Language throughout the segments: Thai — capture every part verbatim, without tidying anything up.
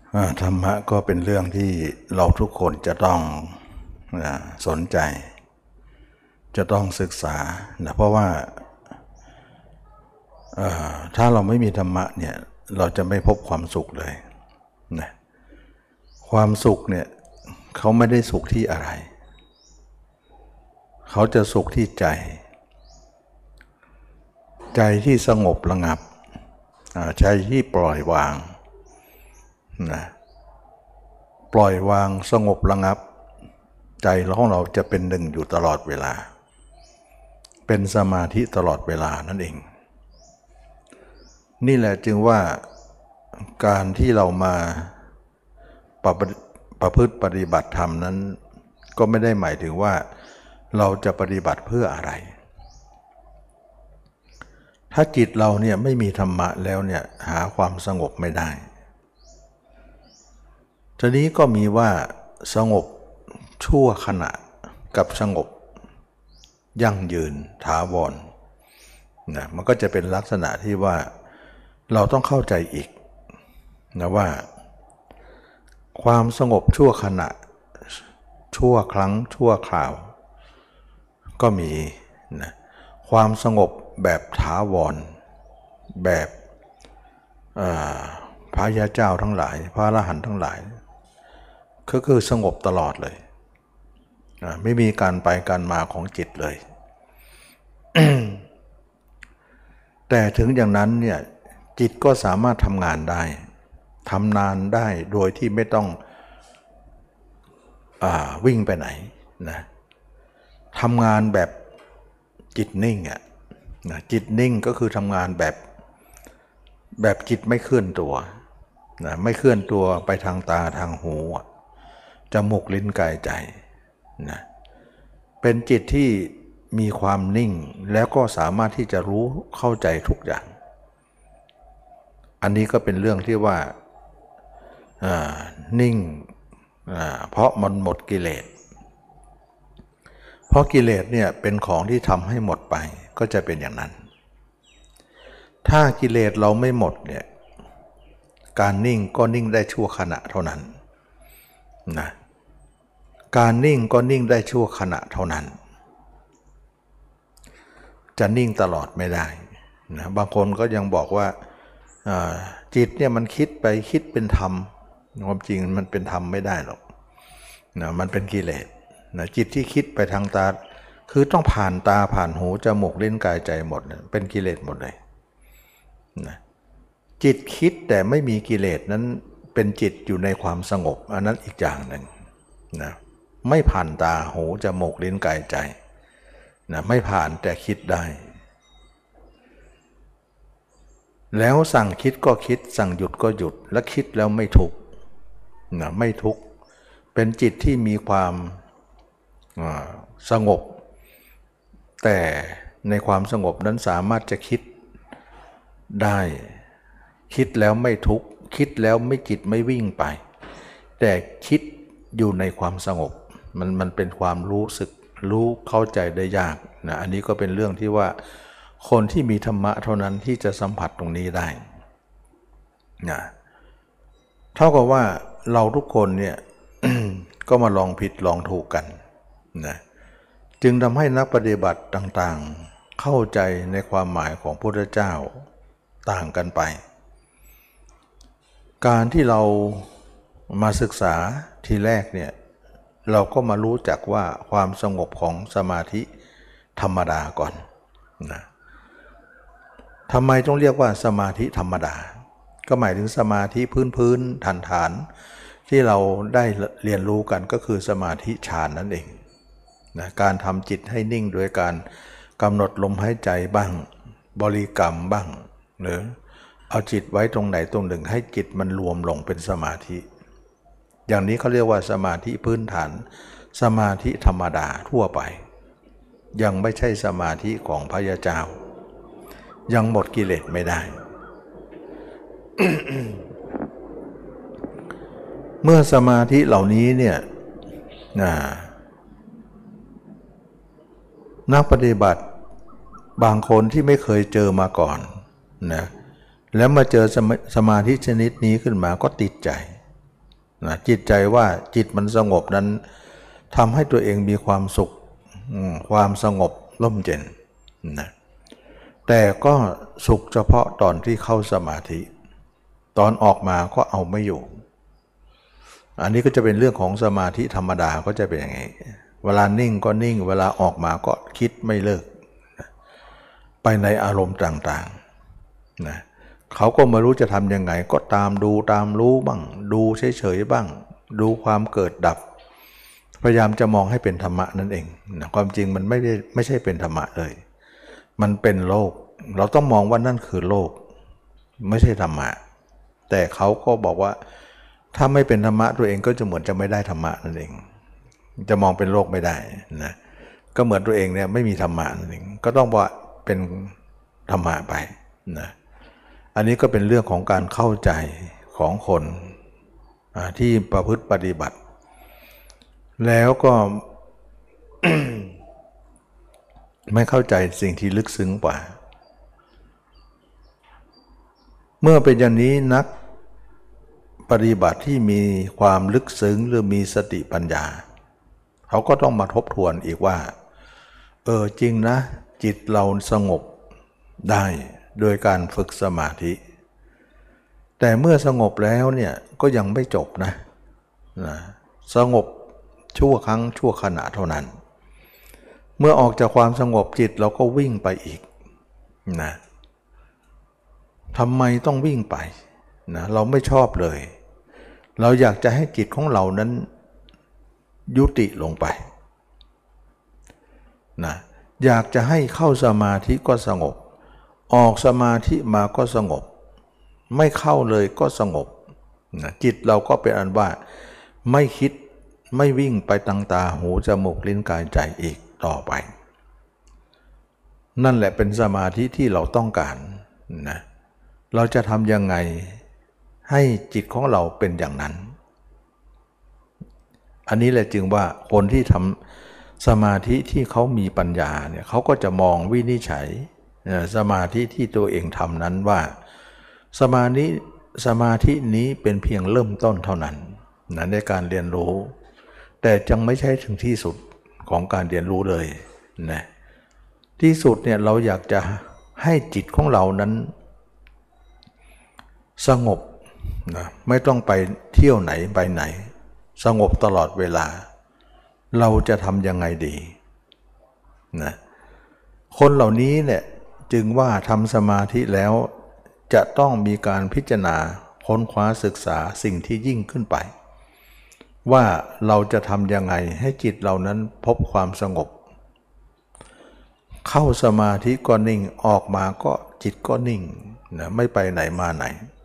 ธรรมะก็เป็นเรื่องที่เราทุกคนจะต้องสนใจจะต้องศึกษานะเพราะว่าถ้าเราไม่มีธรรมะเนี่ยเราจะไม่พบความสุขเลยนะความสุขเนี่ยเขาไม่ได้สุขที่อะไรเขาจะสุขที่ใจใจที่สงบระงับใจที่ปล่อยวางนะปล่อยวางสงบระงับใจของเราจะเป็นหนึ่งอยู่ตลอดเวลาเป็นสมาธิตลอดเวลานั่นเองนี่แหละจึงว่าการที่เรามาประประพฤติปฏิบัติธรรมนั้นก็ไม่ได้หมายถึงว่าเราจะปฏิบัติเพื่ออะไรถ้าจิตเราเนี่ยไม่มีธรรมะแล้วเนี่ยหาความสงบไม่ได้ทีนี้ก็มีว่าสงบชั่วขณะกับสงบยั่งยืนถาวรนะมันก็จะเป็นลักษณะที่ว่าเราต้องเข้าใจอีกนะว่าความสงบชั่วขณะชั่วครั้งชั่วคราวก็มีนะความสงบแบบถาวรแบบพระยาเจ้าทั้งหลายพระอรหันต์ทั้งหลายก็คือสงบตลอดเลยไม่มีการไปการมาของจิตเลย แต่ถึงอย่างนั้นเนี่ยจิตก็สามารถทำงานได้ทำนานได้โดยที่ไม่ต้องอ่าวิ่งไปไหนนะทำงานแบบจิตนิ่งอ่ะนะจิตนิ่งก็คือทำงานแบบแบบจิตไม่เคลื่อนตัวนะไม่เคลื่อนตัวไปทางตาทางหูจมูกลิ้นกายใจนะเป็นจิตที่มีความนิ่งแล้วก็สามารถที่จะรู้เข้าใจทุกอย่างอันนี้ก็เป็นเรื่องที่ว่านิ่งเพราะมันหมดกิเลสเพราะกิเลสเนี่ยเป็นของที่ทำให้หมดไปก็จะเป็นอย่างนั้นถ้ากิเลสเราไม่หมดเนี่ยการนิ่งก็นิ่งได้ชั่วขณะเท่านั้นนะการนิ่งก็นิ่งได้ชั่วขณะเท่านั้นจะนิ่งตลอดไม่ได้นะบางคนก็ยังบอกว่าจิตเนี่ยมันคิดไปคิดเป็นธรรมความจริงมันเป็นธรรมไม่ได้หรอกนะมันเป็นกิเลสนะจิตที่คิดไปทางตาคือต้องผ่านตาผ่านหูจมูกลิ้นกายใจหมดนะเป็นกิเลสหมดเลยนะจิตคิดแต่ไม่มีกิเลสนั้นเป็นจิตอยู่ในความสงบอันนั้นอีกอย่างหนึ่งนะไม่ผ่านตาหูจมูกลิ้นกายใจนะไม่ผ่านแต่คิดได้แล้วสั่งคิดก็คิดสั่งหยุดก็หยุดและคิดแล้วไม่ทุกข์นะไม่ทุกข์เป็นจิตที่มีความสงบแต่ในความสงบนั้นสามารถจะคิดได้คิดแล้วไม่ทุกข์คิดแล้วไม่จิตไม่วิ่งไปแต่คิดอยู่ในความสงบมันมันเป็นความรู้สึกรู้เข้าใจได้ยากนะอันนี้ก็เป็นเรื่องที่ว่าคนที่มีธรรมะเท่านั้นที่จะสัมผัสตรงนี้ได้นะเท่ากับว่าเราทุกคนเนี่ย ก็มาลองผิดลองถูกกันนะจึงทำให้นักปฏิบัติต่างๆเข้าใจในความหมายของพระพุทธเจ้าต่างกันไปการที่เรามาศึกษาทีแรกเนี่ยเราก็มารู้จักว่าความสงบของสมาธิธรรมดาก่อนนะทำไมต้องเรียกว่าสมาธิธรรมดาก็หมายถึงสมาธิพื้นๆฐานๆที่เราได้เรียนรู้กันก็คือสมาธิฌานนั่นเองนะการทำจิตให้นิ่งโดยการกำหนดลมหายใจบ้างบริกรรมบ้างหรือเอาจิตไว้ตรงไหนตรงหนึ่งให้จิตมันรวมลงเป็นสมาธิอย่างนี้เขาเรียกว่าสมาธิพื้นฐานสมาธิธรรมดาทั่วไปยังไม่ใช่สมาธิของพระยาเจ้ายังหมดกิเลสไม่ได้ เมื่อสมาธิเหล่านี้เนี่ยนักปฏิบัติบางคนที่ไม่เคยเจอมาก่อนนะแล้วมาเจอสมาธิชนิดนี้ขึ้นมาก็ติดใจนะจิตใจว่าจิตมันสงบนั้นทำให้ตัวเองมีความสุขความสงบร่มเย็นนะแต่ก็สุขเฉพาะตอนที่เข้าสมาธิตอนออกมาก็เอาไม่อยู่อันนี้ก็จะเป็นเรื่องของสมาธิธรรมดาก็จะเป็นอย่างนี้เวลานิ่งก็นิ่งเวลาออกมาก็คิดไม่เลิกไปในอารมณ์ต่างๆนะเขาก็ไม่รู้จะทำยังไงก็ตามดูตามรู้บ้างดูเฉยๆบ้างดูความเกิดดับพยายามจะมองให้เป็นธรรมะนั่นเองนะความจริงมันไม่ได้ไม่ใช่เป็นธรรมะเลยมันเป็นโลกเราต้องมองว่านั่นคือโลกไม่ใช่ธรรมะแต่เขาก็บอกว่าถ้าไม่เป็นธรรมะตัวเองก็จะเหมือนจะไม่ได้ธรรมะนั่นเองจะมองเป็นโลกไม่ได้นะก็เหมือนตัวเองเนี่ยไม่มีธรรมะนั่นเองก็ต้องว่าเป็นธรรมะไปนะอันนี้ก็เป็นเรื่องของการเข้าใจของคนที่ประพฤติปฏิบัติแล้วก็ ไม่เข้าใจสิ่งที่ลึกซึ้งกว่าเมื่อเป็นอย่างนี้นักปฏิบัติที่มีความลึกซึ้งหรือมีสติปัญญาเขาก็ต้องมาทบทวนอีกว่าเออจริงนะจิตเราสงบได้โดยการฝึกสมาธิแต่เมื่อสงบแล้วเนี่ยก็ยังไม่จบนะนะสงบชั่วครั้งชั่วขณะเท่านั้นเมื่อออกจากความสงบจิตเราก็วิ่งไปอีกนะทำไมต้องวิ่งไปนะเราไม่ชอบเลยเราอยากจะให้จิตของเรานั้นยุติลงไปนะอยากจะให้เข้าสมาธิก็สงบออกสมาธิมาก็สงบไม่เข้าเลยก็สงบนะจิตเราก็เป็นอันว่าไม่คิดไม่วิ่งไปทางตาหูจมูกลิ้นกายใจอีกต่อไปนั่นแหละเป็นสมาธิที่เราต้องการนะเราจะทำยังไงให้จิตของเราเป็นอย่างนั้นอันนี้แหละจึงว่าคนที่ทำสมาธิที่เขามีปัญญาเนี่ยเขาก็จะมองวินิจฉัยสมาธิที่ตัวเองทำนั้นว่าสมาธิสมาธินี้เป็นเพียงเริ่มต้นเท่านั้นนะในการเรียนรู้แต่จังไม่ใช่ถึงที่สุดของการเรียนรู้เลยนะที่สุดเนี่ยเราอยากจะให้จิตของเรานั้นสงบนะไม่ต้องไปเที่ยวไหนไปไหนสงบตลอดเวลาเราจะทำยังไงดีนะคนเหล่านี้เนี่ยจึงว่าทำสมาธิแล้วจะต้องมีการพิจารณาค้นคว้าศึกษาสิ่งที่ยิ่งขึ้นไปว่าเราจะทำยังไงให้จิตเรานั้นพบความสงบเข้าสมาธิก็นิ่งออกมาก็จิตก็นิ่งนะไม่ไปไหนมาไหน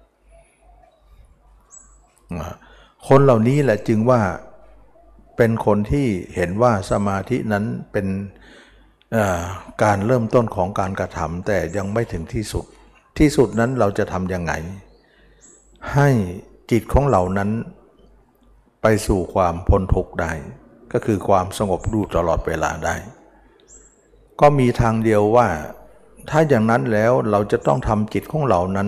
คนเหล่านี้แหละจึงว่าเป็นคนที่เห็นว่าสมาธินั้นเป็นการเริ่มต้นของการกระทำแต่ยังไม่ถึงที่สุดที่สุดนั้นเราจะทำยังไงให้จิตของเรานั้นไปสู่ความพ้นทุกข์ได้ก็คือความสงบอยู่ตลอดเวลาได้ก็มีทางเดียวว่าถ้าอย่างนั้นแล้วเราจะต้องทำจิตของเรานั้น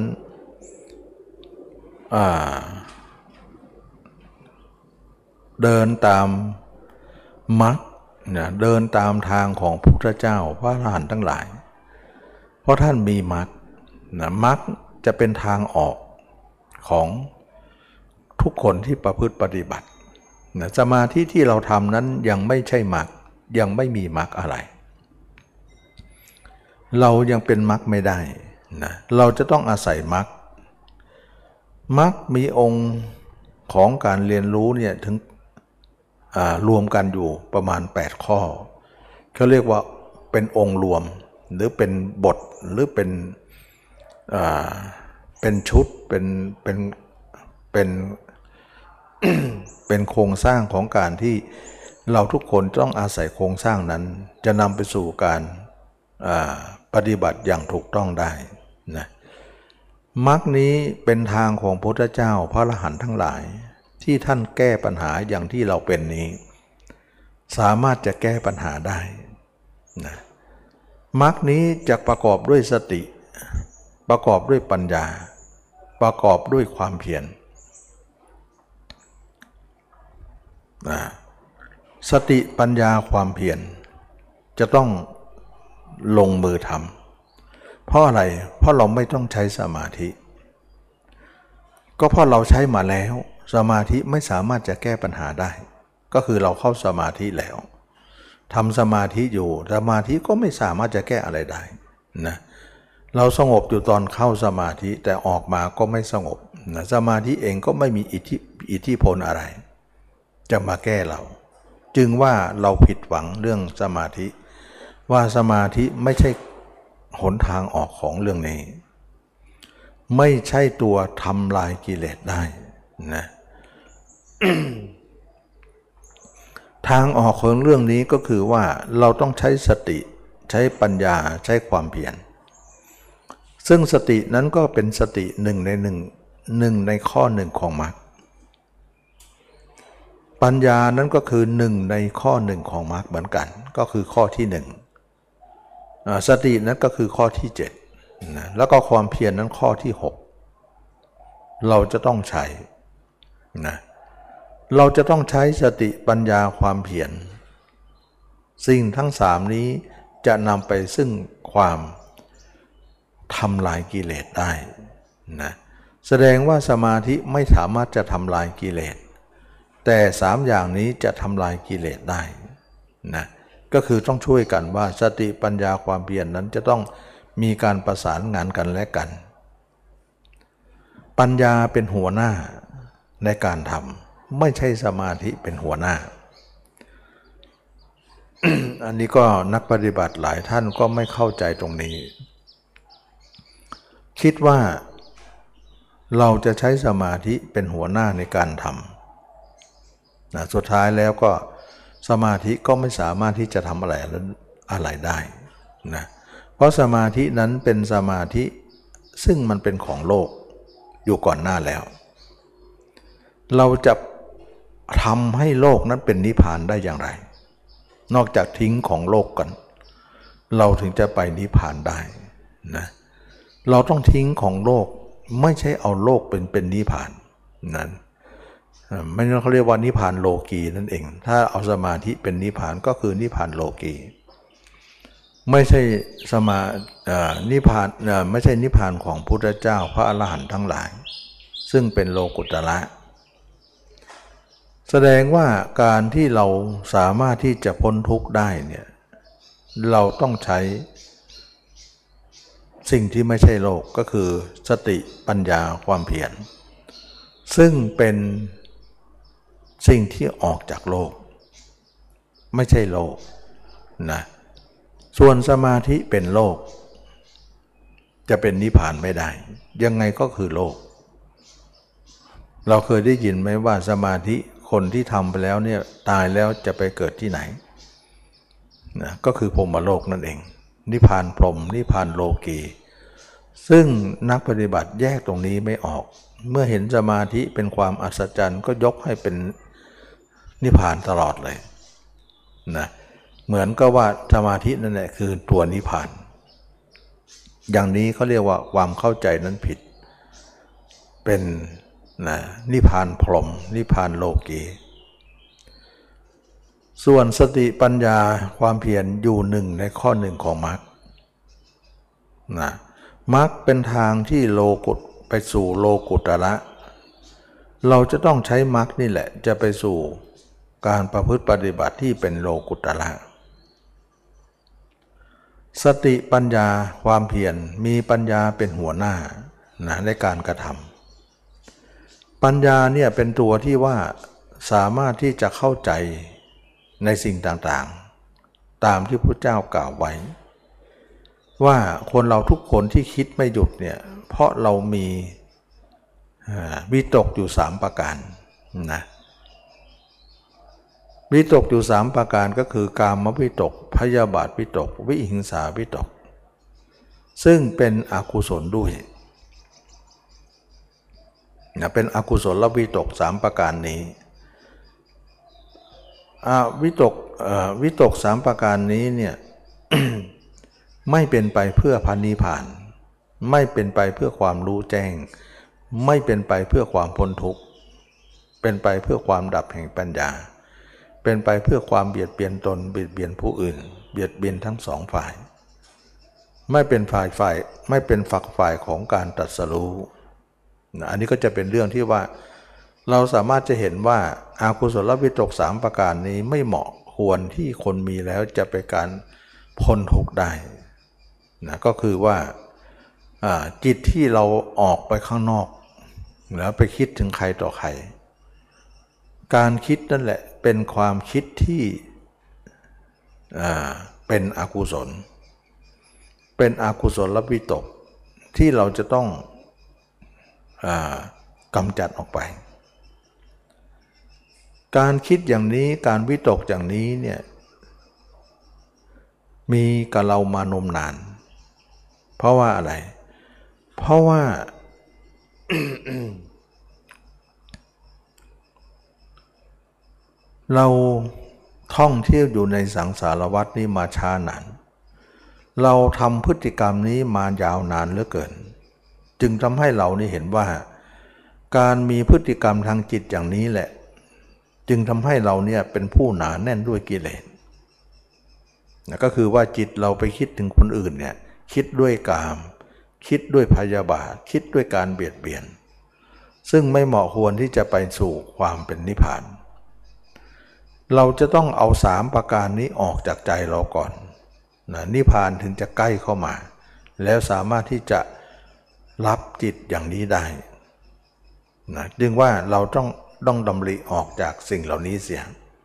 เดินตามมรรคนะเดินตามทางของพระพุทธเจ้าพระอรหันต์ทั้งหลายเพราะท่านมีมรรคนะมรรคจะเป็นทางออกของทุกคนที่ประพฤติปฏิบัตินะสมาธิที่เราทำนั้นยังไม่ใช่มรรคยังไม่มีมรรคอะไรเรายังเป็นมรรคไม่ได้นะเราจะต้องอาศัยมรรคมรรคมีองค์ของการเรียนรู้เนี่ยถึงรวมกันอยู่ประมาณแปดข้อเขาเรียกว่าเป็นองค์รวมหรือเป็นบทหรือเป็นเป็นชุดเป็นเป็นเป็นเป็นโครงสร้างของการที่เราทุกคนต้องอาศัยโครงสร้างนั้นจะนำไปสู่การปฏิบัติอย่างถูกต้องได้นะมรรคนี้เป็นทางของพระพุทธเจ้าพระอรหันต์ทั้งหลายที่ท่านแก้ปัญหาอย่างที่เราเป็นนี้สามารถจะแก้ปัญหาได้นะมรรคนี้จะประกอบด้วยสติประกอบด้วยปัญญาประกอบด้วยความเพียรนะสติปัญญาความเพียรจะต้องลงมือทำเพราะอะไรเพราะเราไม่ต้องใช้สมาธิก็เพราะเราใช้มาแล้วสมาธิไม่สามารถจะแก้ปัญหาได้ก็คือเราเข้าสมาธิแล้วทำสมาธิอยู่สมาธิก็ไม่สามารถจะแก้อะไรได้นะเราสงบอยู่ตอนเข้าสมาธิแต่ออกมาก็ไม่สงบนะสมาธิเองก็ไม่มีอิทธิอิทธิพลอะไรจะมาแก้เราจึงว่าเราผิดหวังเรื่องสมาธิว่าสมาธิไม่ใช่หนทางออกของเรื่องนี้ไม่ใช่ตัวทำลายกิเลสได้นะ ทางออกของเรื่องนี้ก็คือว่าเราต้องใช้สติใช้ปัญญาใช้ความเพียรซึ่งสตินั้นก็เป็นสติหนึ่งในหนึ่งหนึ่งในข้อหนึ่งของมรรคปัญญานั้นก็คือหนึ่งในข้อหนึ่งของมรรคเหมือนกันก็คือข้อที่หนึ่งสตินั้นก็คือข้อที่เจ็ดนะแล้วก็ความเพียรนั้นข้อที่หกเราจะต้องใช้นะเราจะต้องใช้สติปัญญาความเพียรสิ่งทั้งสามนี้จะนำไปซึ่งความทำลายกิเลสได้นะแสดงว่าสมาธิไม่สามารถจะทำลายกิเลสแต่สามอย่างนี้จะทำลายกิเลสได้นะก็คือต้องช่วยกันว่าสติปัญญาความเพียรนั้นจะต้องมีการประสานงานกันและกันปัญญาเป็นหัวหน้าในการทำไม่ใช่สมาธิเป็นหัวหน้า อันนี้ก็นักปฏิบัติหลายท่านก็ไม่เข้าใจตรงนี้คิดว่าเราจะใช้สมาธิเป็นหัวหน้าในการทำนะสุดท้ายแล้วก็สมาธิก็ไม่สามารถที่จะทำอะไรอะไรได้นะเพราะสมาธินั้นเป็นสมาธิซึ่งมันเป็นของโลกอยู่ก่อนหน้าแล้วเราจะทำให้โลกนั้นเป็นนิพพานได้อย่างไรนอกจากทิ้งของโลกกันเราถึงจะไปนิพพานได้นะเราต้องทิ้งของโลกไม่ใช่เอาโลกเป็นเป็นนิพพานนั้นไม่ใช่เขาเรียกว่านิพพานโลกีนั่นเองถ้าเอาสมาธิเป็นนิพพานก็คือนิพพานโลกีไม่ใช่สมานิพพานไม่ใช่นิพพานของพุทธเจ้าพระอรหันต์ทั้งหลายซึ่งเป็นโลกุตระแสดงว่าการที่เราสามารถที่จะพ้นทุกข์ได้เนี่ยเราต้องใช้สิ่งที่ไม่ใช่โลกก็คือสติปัญญาความเพียรซึ่งเป็นสิ่งที่ออกจากโลกไม่ใช่โลกนะส่วนสมาธิเป็นโลกจะเป็นนิพพานไม่ได้ยังไงก็คือโลกเราเคยได้ยินไหมว่าสมาธิคนที่ทำไปแล้วเนี่ยตายแล้วจะไปเกิดที่ไหนนะก็คือพรหมโลกนั่นเองนิพพานพรหมนิพพานโลกีซึ่งนักปฏิบัติแยกตรงนี้ไม่ออกเมื่อเห็นสมาธิเป็นความอัศจรรย์ก็ยกให้เป็นนิพพานตลอดเลยนะเหมือนกับว่าสมาธินั่นแหละคือตัวนิพพานอย่างนี้เขาเรียกว่าความเข้าใจนั้นผิดเป็นนะนิพพานพรหมนิพพานโลกีส่วนสติปัญญาความเพียรอยู่หนึ่งในข้อหนึ่งของมรรคนะมรรคเป็นทางที่โลกุตไปสู่โลกุตระเราจะต้องใช้มรรคนี่แหละจะไปสู่การประพฤติปฏิบัติที่เป็นโลกุตระสติปัญญาความเพียรมีปัญญาเป็นหัวหน้านะในการกระทำปัญญาเนี่ยเป็นตัวที่ว่าสามารถที่จะเข้าใจในสิ่งต่างๆตามที่พระเจ้ากล่าวไว้ว่าคนเราทุกคนที่คิดไม่หยุดเนี่ยเพราะเรามีวิตกอยู่สามประการนะวิตกอยู่สามประการก็คือกามวิตกพยาบาทวิตกวิหิงสาวิตกซึ่งเป็นอกุศลด้วยนะเป็นอกุศลวิตกสามประการนี้วิตกวิตกสามประการนี้เนี่ย ไม่เป็นไปเพื่อพระนิพพานไม่เป็นไปเพื่อความรู้แจ้งไม่เป็นไปเพื่อความพ้นทุกข์เป็นไปเพื่อความดับแห่งปัญญาเป็นไปเพื่อความเบียดเบียนตนเบียดเบียนผู้อื่นเบียดเบียนทั้งสองฝ่ายไม่เป็นฝ่ายฝ่ายไม่เป็นฝักฝ่ายของการตรัสรู้นะอันนี้ก็จะเป็นเรื่องที่ว่าเราสามารถจะเห็นว่าอากุศลวิตกสามประการนี้ไม่เหมาะควรที่คนมีแล้วจะไปการพ้นทุกข์ได้นะก็คือว่าจิตที่เราออกไปข้างนอกแล้วไปคิดถึงใครต่อใครการคิดนั่นแหละเป็นความคิดที่เป็นอกุศลเป็นอกุศลวิตกที่เราจะต้องกำจัดออกไปการคิดอย่างนี้การวิตกอย่างนี้เนี่ยมีกับเรามานมนานเพราะว่าอะไรเพราะว่า เราท่องเที่ยวอยู่ในสังสารวัฏนี้มาช้านานเราทำพฤติกรรมนี้มายาวนานเหลือเกินจึงทำให้เรานี่เห็นว่าการมีพฤติกรรมทางจิตอย่างนี้แหละจึงทำให้เราเนี่ยเป็นผู้หนาแน่นด้วยกิเลสนะก็คือว่าจิตเราไปคิดถึงคนอื่นเนี่ยคิดด้วยกามคิดด้วยพยาบาทคิดด้วยการเบียดเบียนซึ่งไม่เหมาะควรที่จะไปสู่ความเป็นนิพพานเราจะต้องเอาสามประการนี้ออกจากใจเราก่อนนะนิพพานถึงจะใกล้เข้ามาแล้วสามารถที่จะรับจิตอย่างนี้ได้นะจึงว่าเราต้องต้องดำริออกจากสิ่งเหล่านี้เสีย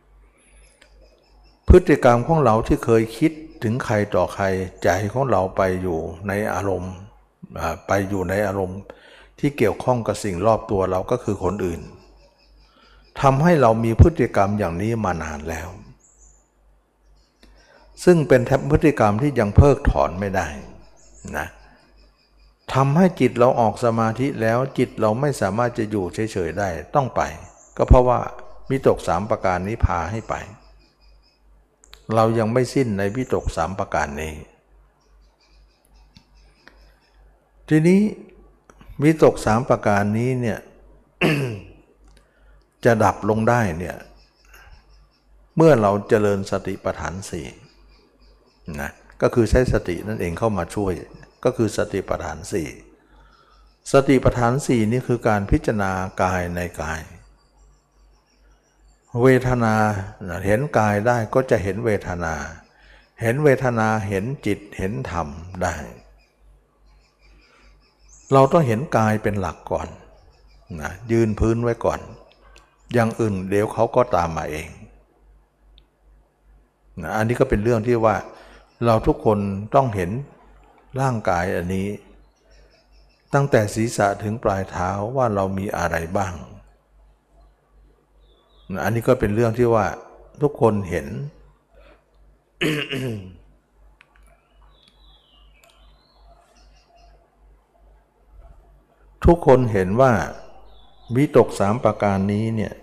พฤติกรรมของเราที่เคยคิดถึงใครต่อใครใจของเราไปอยู่ในอารมณ์ไปอยู่ในอารมณ์ที่เกี่ยวข้องกับสิ่งรอบตัวเราก็คือคนอื่นทำให้เรามีพฤติกรรมอย่างนี้มานานแล้วซึ่งเป็นพฤติกรรมที่ยังเพิกถอนไม่ได้นะทำให้จิตเราออกสมาธิแล้วจิตเราไม่สามารถจะอยู่เฉยๆได้ต้องไปก็เพราะว่าวิตกสามประการนี้พาให้ไปเรายังไม่สิ้นในวิตกสามประการนี้ทีนี้วิตกสามประการนี้เนี่ย จะดับลงได้เนี่ยเมื่อเราเจริญสติปัฏฐานสี่นะก็คือใช้สตินั่นเองเข้ามาช่วยก็คือสติปัฏฐานสี่สติปัฏฐานสี่นี่คือการพิจารณากายในกายเวทนาเห็นกายได้ก็จะเห็นเวทนาเห็นเวทนาเห็นจิตเห็นธรรมได้เราต้องเห็นกายเป็นหลักก่อนนะยืนพื้นไว้ก่อนอย่างอื่นเดี๋ยวเขาก็ตามมาเองนะอันนี้ก็เป็นเรื่องที่ว่าเราทุกคนต้องเห็นร่างกายอันนี้ตั้งแต่ศีรษะถึงปลายเท้าว่าเรามีอะไรบ้างนะอันนี้ก็เป็นเรื่องที่ว่าทุกคนเห็น ทุกคนเห็นว่าวิตกสามประการนี้เนี่ย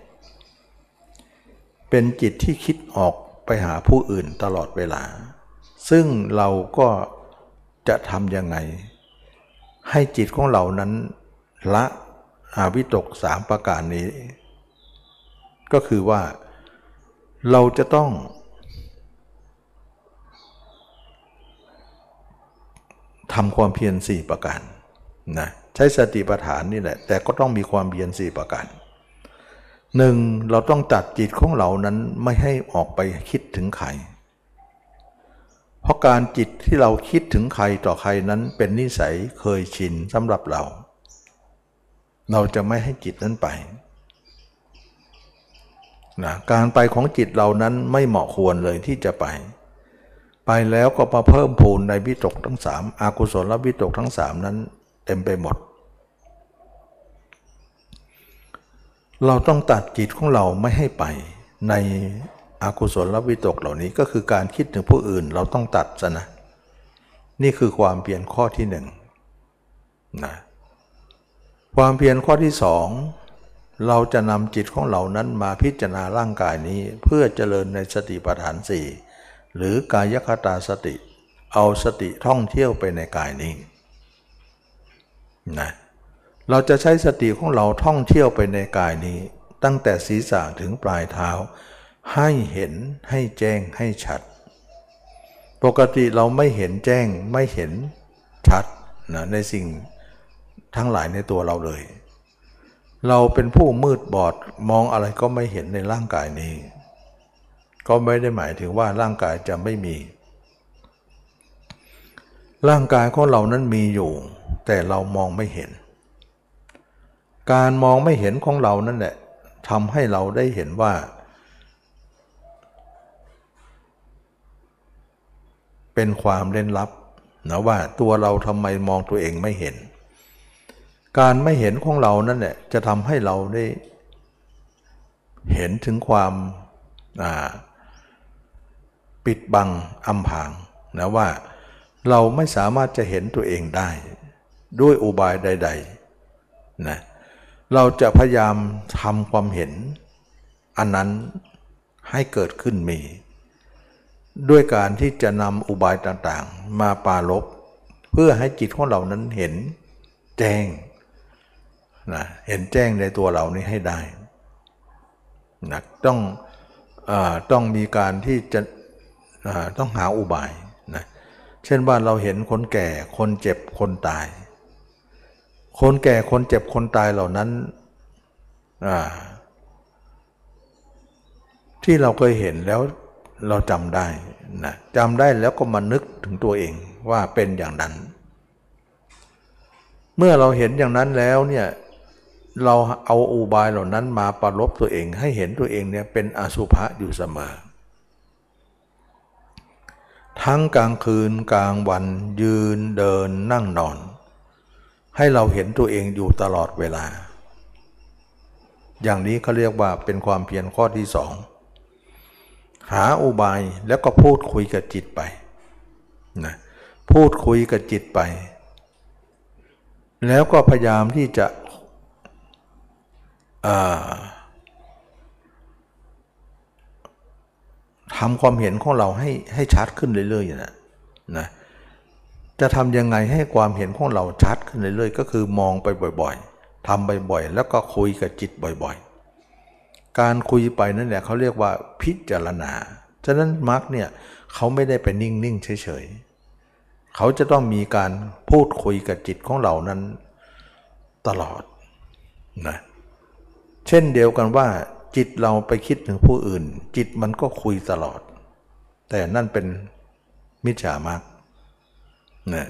เป็นจิตที่คิดออกไปหาผู้อื่นตลอดเวลาซึ่งเราก็จะทำยังไงให้จิตของเรานั้นละอาวิตกสามประการนี้ก็คือว่าเราจะต้องทำความเพียรสี่ประการนะใช้สติปัฏฐานนี่แหละแต่ก็ต้องมีความเพียรสี่ประการหนึ่งเราต้องตัดจิตของเรานั้นไม่ให้ออกไปคิดถึงใครเพราะการจิตที่เราคิดถึงใครต่อใครนั้นเป็นนิสัยเคยชินสำหรับเราเราจะไม่ให้จิตนั้นไปนะการไปของจิตเรานั้นไม่เหมาะควรเลยที่จะไปไปแล้วก็มาเพิ่มพูนในวิตกทั้งสามอกุศลวิตกทั้งสามนั้นเต็มไปหมดเราต้องตัดจิตของเราไม่ให้ไปในอกุศลวิตกเหล่านี้ก็คือการคิดถึงผู้อื่นเราต้องตัดซะนะนี่คือความเพียรข้อที่หนึ่งนะความเพียรข้อที่สองเราจะนำจิตของเรานั้นมาพิจารณาร่างกายนี้เพื่อเจริญในสติปัฏฐานสี่หรือกายคตาสติเอาสติท่องเที่ยวไปในกายนี้นะเราจะใช้สติของเราท่องเที่ยวไปในกายนี้ตั้งแต่ศีรษะถึงปลายเท้าให้เห็นให้แจ้งให้ชัดปกติเราไม่เห็นแจ้งไม่เห็นชัดนะในสิ่งทั้งหลายในตัวเราเลยเราเป็นผู้มืดบอดมองอะไรก็ไม่เห็นในร่างกายนี้ก็ไม่ได้หมายถึงว่าร่างกายจะไม่มีร่างกายของเรานั้นมีอยู่แต่เรามองไม่เห็นการมองไม่เห็นของเรานั่นแหละทำให้เราได้เห็นว่าเป็นความเล่นลับนะว่าตัวเราทำไมมองตัวเองไม่เห็นการไม่เห็นของเรานั่นแหละจะทำให้เราได้เห็นถึงความปิดบังอำพรางนะว่าเราไม่สามารถจะเห็นตัวเองได้ด้วยอุบายใดๆนะเราจะพยายามทำความเห็นอันนั้นให้เกิดขึ้นมีด้วยการที่จะนำอุบายต่างๆมาปรารภเพื่อให้จิตของเรานั้นเห็นแจ้งนะเห็นแจ้งในตัวเรานี้ให้ได้นะต้องเอ่อต้องมีการที่จะเอ่อต้องหาอุบายนะเช่นว่าเราเห็นคนแก่คนเจ็บคนตายคนแก่คนเจ็บคนตายเหล่านั้นที่เราเคยเห็นแล้วเราจำได้นะจำได้แล้วก็มานึกถึงตัวเองว่าเป็นอย่างนั้นเมื่อเราเห็นอย่างนั้นแล้วเนี่ยเราเอาอุบายเหล่านั้นมาปรารภตัวเองให้เห็นตัวเองเนี่ยเป็นอสุภะอยู่เสมอทั้งกลางคืนกลางวันยืนเดินนั่งนอนให้เราเห็นตัวเองอยู่ตลอดเวลาอย่างนี้เขาเรียกว่าเป็นความเพียรข้อที่สองหาอุบายแล้วก็พูดคุยกับจิตไปนะพูดคุยกับจิตไปแล้วก็พยายามที่จะทำความเห็นของเราให้ให้ชัดขึ้นเรื่อยๆนะนะจะทำยังไงให้ความเห็นของเราชัดขึ้นเรื่อยๆก็คือมองไปบ่อยๆทำบ่อยๆแล้วก็คุยกับจิตบ่อยๆการคุยไปนั่นแหละเขาเรียกว่าพิจารณาฉะนั้นมรรคเนี่ยเขาไม่ได้ไปนิ่งๆเฉยๆเขาจะต้องมีการพูดคุยกับจิตของเรานั้นตลอดนะเช่นเดียวกันว่าจิตเราไปคิดถึงผู้อื่นจิตมันก็คุยตลอดแต่นั่นเป็นมิจฉามรรคนะ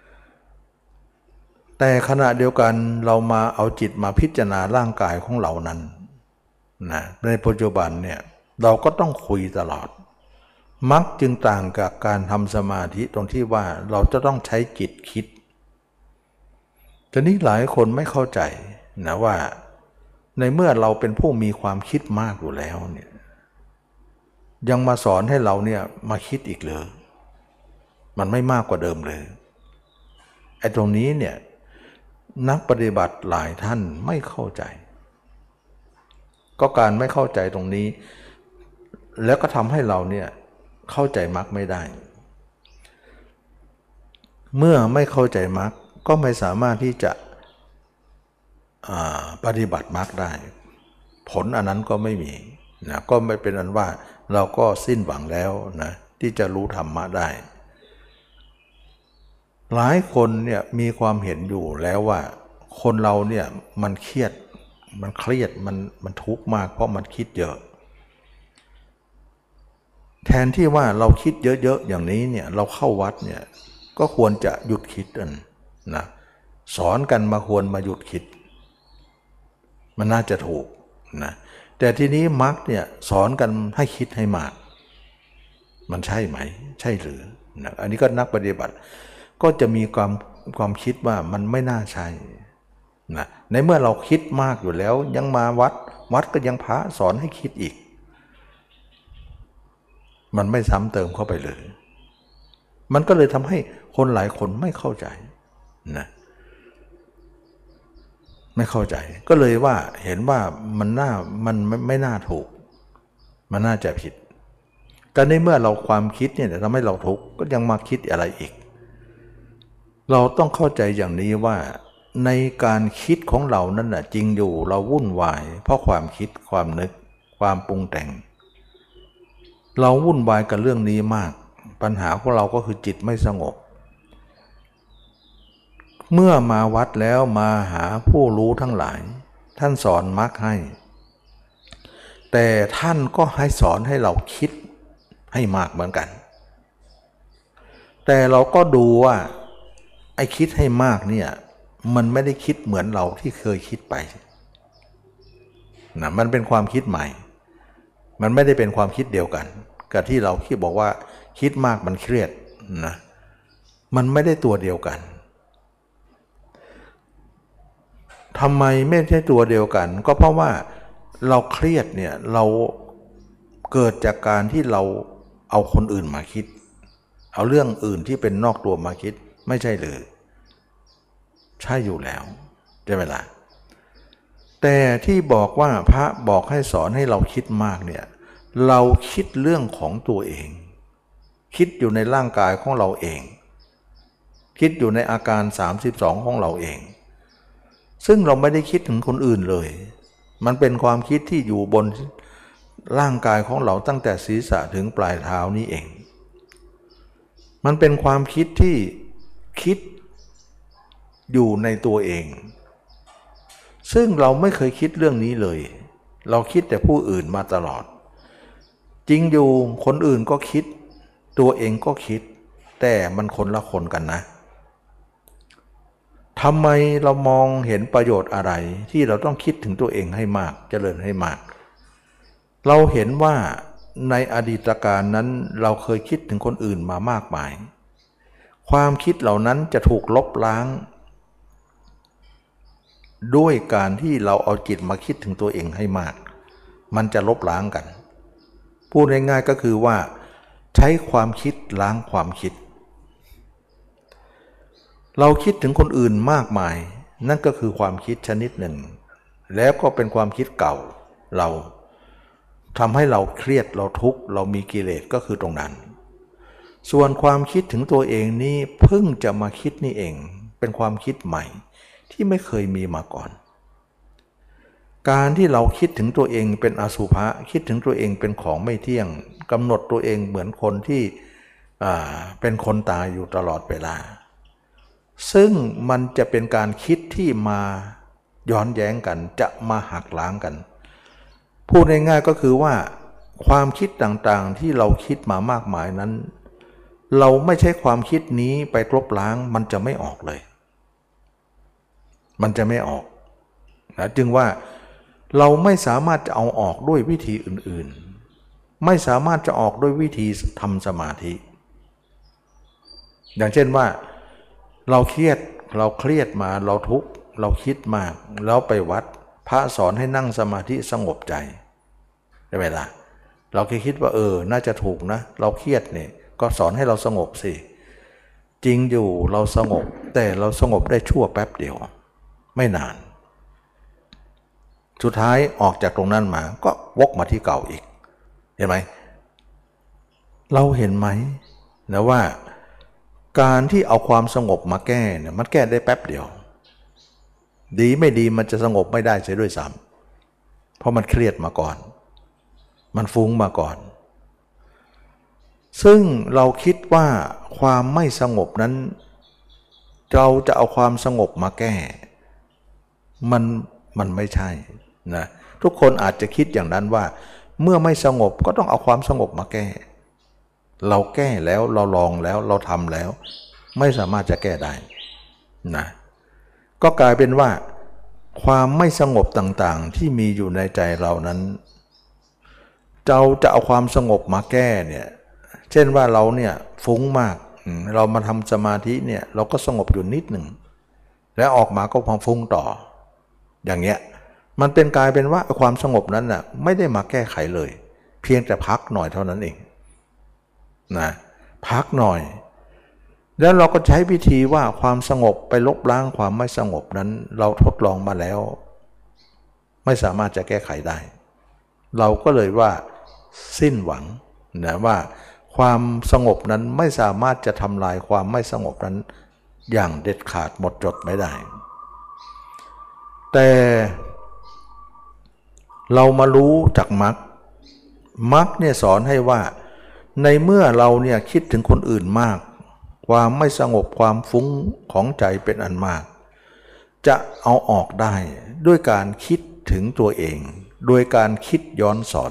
แต่ขณะเดียวกันเรามาเอาจิตมาพิจารณาร่างกายของเรานั้นนะในปัจจุบันเนี่ยเราก็ต้องคุยตลอดมรรคจึงต่างกับการทำสมาธิตรงที่ว่าเราจะต้องใช้จิตคิดทีนี้หลายคนไม่เข้าใจนะว่าในเมื่อเราเป็นผู้มีความคิดมากอยู่แล้วเนี่ยยังมาสอนให้เราเนี่ยมาคิดอีกเหรอมันไม่มากกว่าเดิมเลยไอ้ตรงนี้เนี่ยนักปฏิบัติหลายท่านไม่เข้าใจก็การไม่เข้าใจตรงนี้แล้วก็ทำให้เราเนี่ยเข้าใจมรรคไม่ได้เมื่อไม่เข้าใจมรรคก็ไม่สามารถที่จะปฏิบัติมรรคได้ผลอันนั้นก็ไม่มีนะก็ไม่เป็นอันว่าเราก็สิ้นหวังแล้วนะที่จะรู้ธรรมะได้หลายคนเนี่ยมีความเห็นอยู่แล้วว่าคนเราเนี่ยมันเครียดมันเครียดมันมันทุกข์มากเพราะมันคิดเยอะแทนที่ว่าเราคิดเยอะๆอย่างนี้เนี่ยเราเข้าวัดเนี่ยก็ควรจะหยุดคิดกันนะสอนกันมาควรมาหยุดคิดมันน่าจะถูกนะแต่ทีนี้มรรคเนี่ยสอนกันให้คิดให้มากมันใช่ไหมใช่หรือนะอันนี้ก็นักปฏิบัติก็จะมีความความคิดว่ามันไม่น่าใช่นะในเมื่อเราคิดมากอยู่แล้วยังมาวัดวัดก็ยังพระสอนให้คิดอีกมันไม่ซ้ำเติมเข้าไปเลยมันก็เลยทำให้คนหลายคนไม่เข้าใจนะไม่เข้าใจก็เลยว่าเห็นว่ามันน่ามันไม่ไม่น่าถูกมันน่าจะผิดก็ในเมื่อเราความคิดเนี่ยทำให้เราทุกข์ก็ยังมาคิดอะไรอีกเราต้องเข้าใจอย่างนี้ว่าในการคิดของเรานั่นน่ะจริงอยู่เราวุ่นวายเพราะความคิดความนึกความปรุงแต่งเราวุ่นวายกับเรื่องนี้มากปัญหาของเราก็คือจิตไม่สงบเมื่อมาวัดแล้วมาหาผู้รู้ทั้งหลายท่านสอนมรรคให้แต่ท่านก็ให้สอนให้เราคิดให้มากเหมือนกันแต่เราก็ดูว่าไอ้คิดให้มากเนี่ยมันไม่ได้คิดเหมือนเราที่เคยคิดไปนะมันเป็นความคิดใหม่มันไม่ได้เป็นความคิดเดียวกันกับที่เราคิดบอกว่าคิดมากมันเครียดนะมันไม่ได้ตัวเดียวกันทำไมไม่ใช่ตัวเดียวกันก็เพราะว่าเราเครียดเนี่ยเราเกิดจากการที่เราเอาคนอื่นมาคิดเอาเรื่องอื่นที่เป็นนอกตัวมาคิดไม่ใช่เลยใช่อยู่แล้วใช่ไหมล่ะแต่ที่บอกว่าพระบอกให้สอนให้เราคิดมากเนี่ยเราคิดเรื่องของตัวเองคิดอยู่ในร่างกายของเราเองคิดอยู่ในอาการสามสิบสองของเราเองซึ่งเราไม่ได้คิดถึงคนอื่นเลยมันเป็นความคิดที่อยู่บนร่างกายของเราตั้งแต่ศีรษะถึงปลายเท้านี้เองมันเป็นความคิดที่คิดอยู่ในตัวเองซึ่งเราไม่เคยคิดเรื่องนี้เลยเราคิดแต่ผู้อื่นมาตลอดจริงอยู่คนอื่นก็คิดตัวเองก็คิดแต่มันคนละคนกันนะทำไมเรามองเห็นประโยชน์อะไรที่เราต้องคิดถึงตัวเองให้มากเจริญให้มากเราเห็นว่าในอดีตการนั้นเราเคยคิดถึงคนอื่นมามากมายความคิดเหล่านั้นจะถูกลบล้างด้วยการที่เราเอาจิตมาคิดถึงตัวเองให้มากมันจะลบล้างกันพูดง่ายๆก็คือว่าใช้ความคิดล้างความคิดเราคิดถึงคนอื่นมากมายนั่นก็คือความคิดชนิดหนึ่งแล้วก็เป็นความคิดเก่าเราทำให้เราเครียดเราทุกข์เรามีกิเลสก็คือตรงนั้นส่วนความคิดถึงตัวเองนี่เพิ่งจะมาคิดนี่เองเป็นความคิดใหม่ที่ไม่เคยมีมาก่อนการที่เราคิดถึงตัวเองเป็นอสุภะคิดถึงตัวเองเป็นของไม่เที่ยงกำหนดตัวเองเหมือนคนที่เป็นคนตายอยู่ตลอดเวลาซึ่งมันจะเป็นการคิดที่มาย้อนแย้งกันจะมาหักล้างกันพูดง่ายๆก็คือว่าความคิดต่างๆที่เราคิดมามากมายนั้นเราไม่ใช่ความคิดนี้ไปลบล้างมันจะไม่ออกเลยมันจะไม่ออกนะจึงว่าเราไม่สามารถจะเอาออกด้วยวิธีอื่นๆไม่สามารถจะออกด้วยวิธีทำสมาธิอย่างเช่นว่าเราเครียดเราเครียดมาเราทุกข์เราคิดมากแล้วไปวัดพระสอนให้นั่งสมาธิสงบใจได้ไหมล่ะเราแค่คิดว่าเออน่าจะถูกนะเราเครียดเนี่ยก็สอนให้เราสงบสิจริงอยู่เราสงบแต่เราสงบได้ชั่วแป๊บเดียวไม่นานสุดท้ายออกจากตรงนั้นมาก็วกมาที่เก่าอีกเห็นไหมเราเห็นไหมนะว่าการที่เอาความสงบมาแก้เนี่ยมันแก้ได้แป๊บเดียวดีไม่ดีมันจะสงบไม่ได้เสียด้วยซ้ำเพราะมันเครียดมาก่อนมันฟุ้งมาก่อนซึ่งเราคิดว่าความไม่สงบนั้นเราจะเอาความสงบมาแก้มันมันไม่ใช่นะทุกคนอาจจะคิดอย่างนั้นว่าเมื่อไม่สงบก็ต้องเอาความสงบมาแก้เราแก้แล้วเราลองแล้วเราทำแล้วไม่สามารถจะแก้ได้นะก็กลายเป็นว่าความไม่สงบต่างๆที่มีอยู่ในใจเรานั้นเราจะเอาความสงบมาแก้เนี่ยเช่นว่าเราเนี่ยฟุ้งมากเรามาทำสมาธิเนี่ยเราก็สงบอยู่นิดหนึ่งแล้วออกมาก็ความฟุ้งต่ออย่างเงี้ยมันเป็นกลายเป็นว่าความสงบนั้นน่ะไม่ได้มาแก้ไขเลยเพียงแต่พักหน่อยเท่านั้นเองนะพักหน่อยแล้วเราก็ใช้วิธีว่าความสงบไปลบล้างความไม่สงบนั้นเราทดลองมาแล้วไม่สามารถจะแก้ไขได้เราก็เลยว่าสิ้นหวังนะว่าความสงบนั้นไม่สามารถจะทำลายความไม่สงบนั้นอย่างเด็ดขาดหมดจดไม่ได้แต่เรามารู้จากมรรคมรรคเนี่ยสอนให้ว่าในเมื่อเราเนี่ยคิดถึงคนอื่นมากความไม่สงบความฟุ้งของใจเป็นอันมากจะเอาออกได้ด้วยการคิดถึงตัวเองโดยการคิดย้อนสอน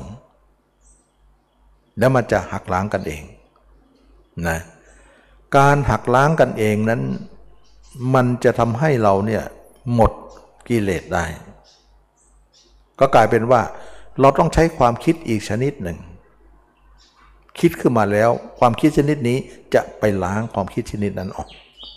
แล้วมันจะหักล้างกันเองนะการหักล้างกันเองนั้นมันจะทำให้เราเนี่ยหมดกิเลสได้ก็กลายเป็นว่าเราต้องใช้ความคิดอีกชนิดหนึ่งคิดขึ้นมาแล้วความคิดชนิดนี้จะไปล้างความคิดชนิดนั้นออก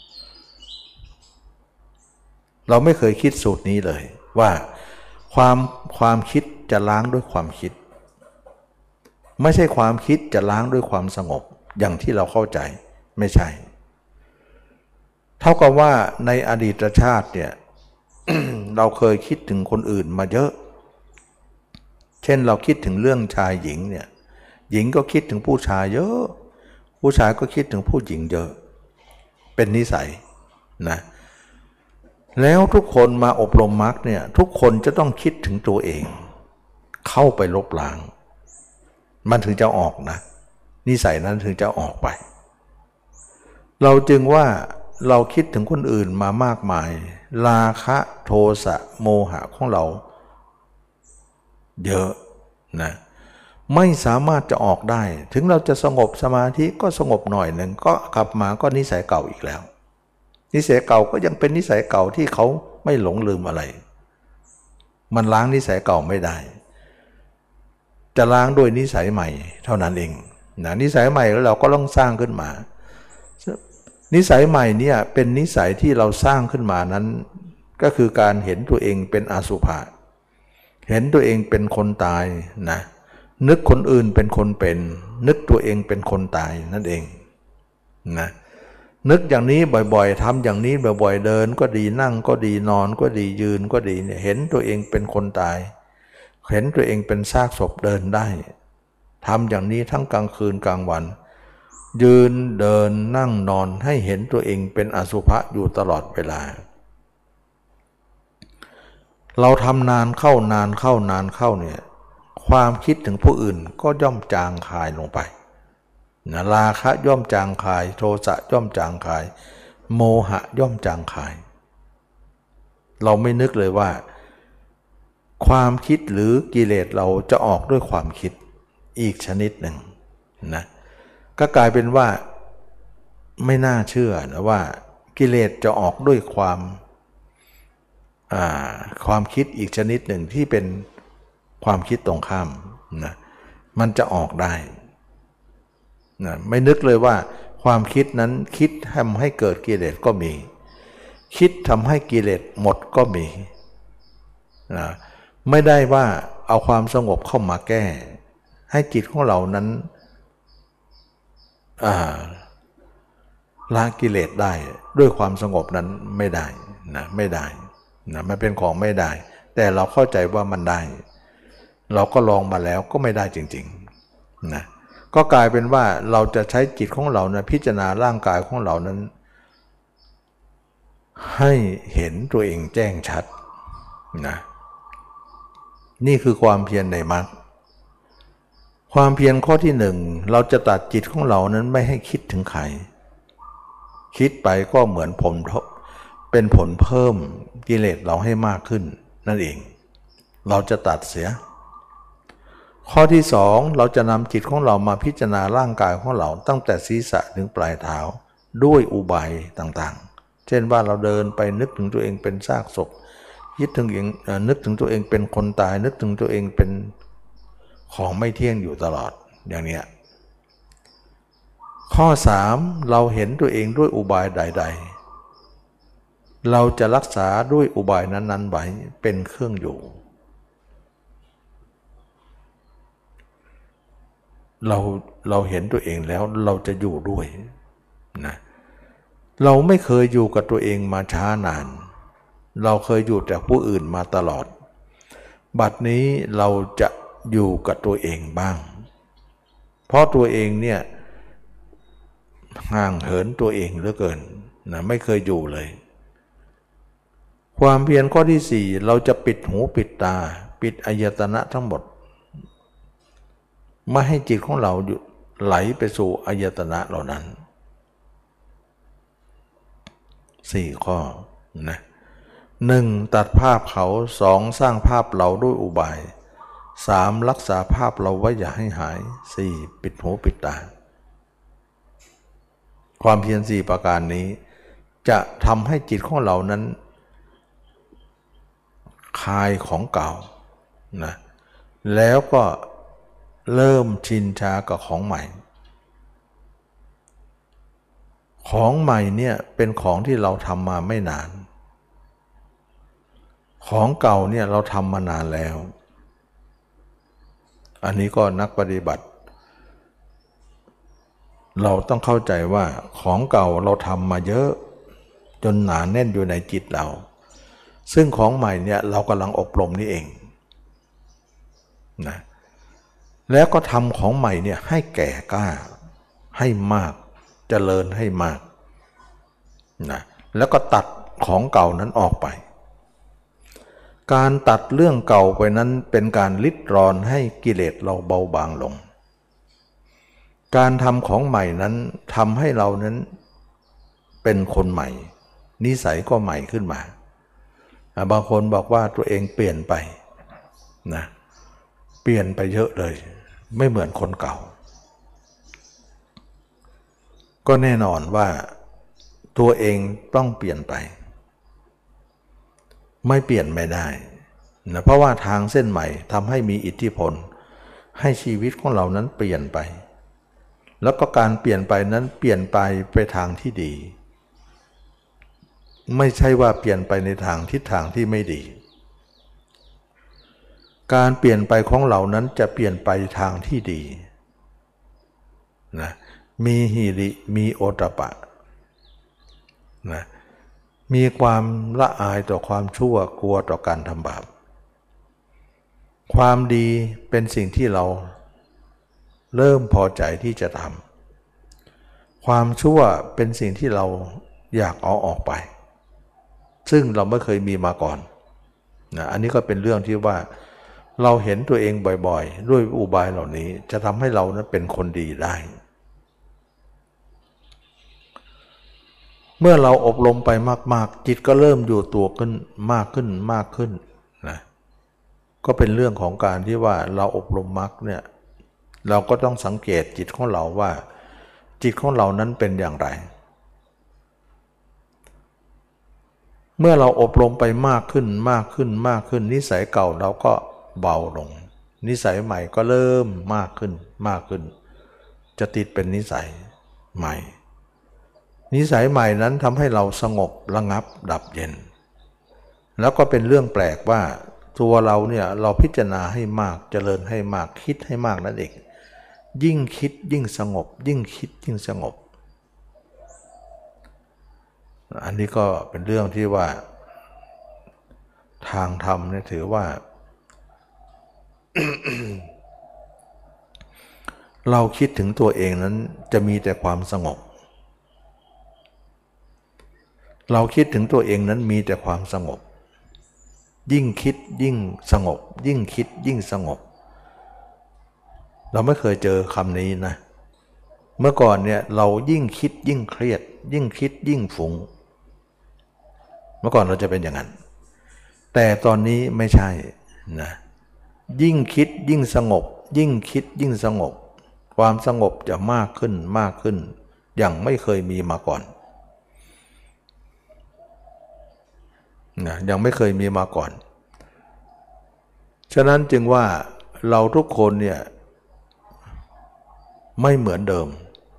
เราไม่เคยคิดสูตรนี้เลยว่าความความคิดจะล้างด้วยความคิดไม่ใช่ความคิดจะล้างด้วยความสงบอย่างที่เราเข้าใจไม่ใช่เท่ากับว่าในอดีตชาติเนี่ย เราเคยคิดถึงคนอื่นมาเยอะเช่นเราคิดถึงเรื่องชายหญิงเนี่ยหญิงก็คิดถึงผู้ชายเยอะผู้ชายก็คิดถึงผู้หญิงเยอะเป็นนิสัยนะแล้วทุกคนมาอบรมมรรคเนี่ยทุกคนจะต้องคิดถึงตัวเองเข้าไปลบล้างมันถึงจะออกนะนิสัยนั้นถึงจะออกไปเราจึงว่าเราคิดถึงคนอื่นมามากมายราคะโทสะโมหะของเราเยอะนะไม่สามารถจะออกได้ถึงเราจะสงบสมาธิก็สงบหน่อยหนึ่งก็กลับมาก็นิสัยเก่าอีกแล้วนิสัยเก่าก็ยังเป็นนิสัยเก่าที่เขาไม่หลงลืมอะไรมันล้างนิสัยเก่าไม่ได้จะล้างด้วยนิสัยใหม่เท่านั้นเองนะนิสัยใหม่แล้วเราก็ต้องสร้างขึ้นมานิสัยใหม่เนี่ยเป็นนิสัยที่เราสร้างขึ้นมานั้นก็คือการเห็นตัวเองเป็นอสุภะเห็นตัวเองเป็นคนตายนะนึกคนอื่นเป็นคนเป็นนึกตัวเองเป็นคนตายนั่นเองนะนึกอย่างนี้บ่อยๆทำอย่างนี้บ่อยๆเดินก็ดีนั่งก็ดีนอนก็ดียืนก็ดีเนี่ยเห็นตัวเองเป็นคนตายเห็นตัวเองเป็นซากศพเดินได้ทำอย่างนี้ทั้งกลางคืนกลางวันยืนเดินนั่งนอนให้เห็นตัวเองเป็นอสุภะอยู่ตลอดเวลาเราทำนานเข้านานเข้านานเข้าเนี่ยความคิดถึงผู้อื่นก็ย่อมจางคายลงไปนะราคะย่อมจางคายโทสะย่อมจางคายโมหะย่อมจางคายเราไม่นึกเลยว่าความคิดหรือกิเลสเราจะออกด้วยความคิดอีกชนิดหนึ่งนะก็กลายเป็นว่าไม่น่าเชื่อนะว่ากิเลสจะออกด้วยความความคิดอีกชนิดหนึ่งที่เป็นความคิดตรงข้ามนะมันจะออกได้นะไม่นึกเลยว่าความคิดนั้นคิดทำให้เกิดกิเลสก็มีคิดทำให้กิเลสหมดก็มีนะไม่ได้ว่าเอาความสงบเข้ามาแก้ให้จิตของเรานั้นละกิเลสได้ด้วยความสงบนั้นไม่ได้นะไม่ได้นะมันเป็นของไม่ได้แต่เราเข้าใจว่ามันได้เราก็ลองมาแล้วก็ไม่ได้จริงๆนะก็กลายเป็นว่าเราจะใช้จิตของเรานะพิจารณาร่างกายของเรานั้นให้เห็นตัวเองแจ้งชัดนะนี่คือความเพียรในมรรคความเพียรข้อที่หนึ่งเราจะตัดจิตของเรานั้นไม่ให้คิดถึงใครคิดไปก็เหมือนผลเป็นผลเพิ่มกิเลสเราให้มากขึ้นนั่นเองเราจะตัดเสียข้อที่สองเราจะนำจิตของเรามาพิจารณาร่างกายของเราตั้งแต่ศีรษะถึงปลายเท้าด้วยอุบายต่างๆเช่นว่าเราเดินไปนึกถึงตัวเองเป็นซากศพคิดถึงเองนึกถึงตัวเองเป็นคนตายนึกถึงตัวเองเป็นของไม่เที่ยงอยู่ตลอดอย่างนี้ข้อสามเราเห็นตัวเองด้วยอุบายใดๆเราจะรักษาด้วยอุบายนั้นๆไว้เป็นเครื่องอยู่เราเราเห็นตัวเองแล้วเราจะอยู่ด้วยนะเราไม่เคยอยู่กับตัวเองมาช้านานเราเคยอยู่แต่ผู้อื่นมาตลอดบัดนี้เราจะอยู่กับตัวเองบ้างเพราะตัวเองเนี่ยห่างเหินตัวเองเหลือเกินนะไม่เคยอยู่เลยความเพียรข้อที่สี่เราจะปิดหูปิดตาปิดอายตนะทั้งหมดไม่ให้จิตของเราไหลไปสู่อายตนะเหล่านั้นสี่ข้อนะหนึ่งตัดภาพเขาสองสร้างภาพเราด้วยอุบายสามรักษาภาพเราไว้อย่าให้หายสี่ปิดหูปิดตาความเพียรสี่ประการนี้จะทำให้จิตของเรานั้นคลายของเก่านะแล้วก็เริ่มชินชากับของใหม่ของใหม่เนี่ยเป็นของที่เราทำมาไม่นานของเก่าเนี่ยเราทำมานานแล้วอันนี้ก็นักปฏิบัติเราต้องเข้าใจว่าของเก่าเราทำมาเยอะจนหนาแน่นอยู่ในจิตเราซึ่งของใหม่เนี่ยเรากำลังอบรมนี่เองนะแล้วก็ทำของใหม่เนี่ยให้แก่กล้าให้มากเจริญให้มากนะแล้วก็ตัดของเก่านั้นออกไปการตัดเรื่องเก่าไปนั้นเป็นการลิดรอนให้กิเลสเราเบาบางลงการทำของใหม่นั้นทำให้เรานั้นเป็นคนใหม่นิสัยก็ใหม่ขึ้นมาบางคนบอกว่าตัวเองเปลี่ยนไปนะเปลี่ยนไปเยอะเลยไม่เหมือนคนเก่าก็แน่นอนว่าตัวเองต้องเปลี่ยนไปไม่เปลี่ยนไม่ได้นะเพราะว่าทางเส้นใหม่ทำให้มีอิทธิพลให้ชีวิตของเรานั้นเปลี่ยนไปแล้วก็การเปลี่ยนไปนั้นเปลี่ยนไปไปทางที่ดีไม่ใช่ว่าเปลี่ยนไปในทางทิศทางที่ไม่ดีการเปลี่ยนไปของเรานั้นจะเปลี่ยนไปทางที่ดีนะมีหิริมีโอตตัปปะนะมีความละอายต่อความชั่วกลัวต่อการทำบาปความดีเป็นสิ่งที่เราเริ่มพอใจที่จะทำความชั่วเป็นสิ่งที่เราอยากเอาออกไปซึ่งเราไม่เคยมีมาก่อนนะอันนี้ก็เป็นเรื่องที่ว่าเราเห็นตัวเองบ่อยๆด้วยอุบายเหล่านี้จะทำให้เรานั้นเป็นคนดีได้เมื่อเราอบรมไปมากๆจิตก็เริ่มอยู่ตัวขึ้นมากขึ้นมากขึ้นนะก็เป็นเรื่องของการที่ว่าเราอบรมมรรคเนี่ยเราก็ต้องสังเกตจิตของเราว่าจิตของเรานั้นเป็นอย่างไรเมื่อเราอบรมไปมากขึ้นมากขึ้นมากขึ้นนิสัยเก่าเราก็เบาลงนิสัยใหม่ก็เริ่มมากขึ้นมากขึ้นจะติดเป็นนิสัยใหม่นิสัยใหม่นั้นทำให้เราสงบระงับดับเย็นแล้วก็เป็นเรื่องแปลกว่าตัวเราเนี่ยเราพิจารณาให้มากเจริญให้มากคิดให้มากนั่นเองยิ่งคิดยิ่งสงบยิ่งคิดยิ่งสงบอันนี้ก็เป็นเรื่องที่ว่าทางธรรมเนี่ยถือว่า เราคิดถึงตัวเองนั้นจะมีแต่ความสงบเราคิดถึงตัวเองนั้นมีแต่ความสงบยิ่งคิดยิ่งสงบยิ่งคิดยิ่งสงบเราไม่เคยเจอคำนี้นะเมื่อก่อนเนี่ยเรายิ่งคิดยิ่งเครียดยิ่งคิดยิ่งฟุ้งเมื่อก่อนเราจะเป็นอย่างนั้นแต่ตอนนี้ไม่ใช่นะยิ่งคิดยิ่งสงบยิ่งคิดยิ่งสงบความสงบจะมากขึ้นมากขึ้นอย่างไม่เคยมีมาก่อนนะยังไม่เคยมีมาก่อนฉะนั้นจึงว่าเราทุกคนเนี่ยไม่เหมือนเดิม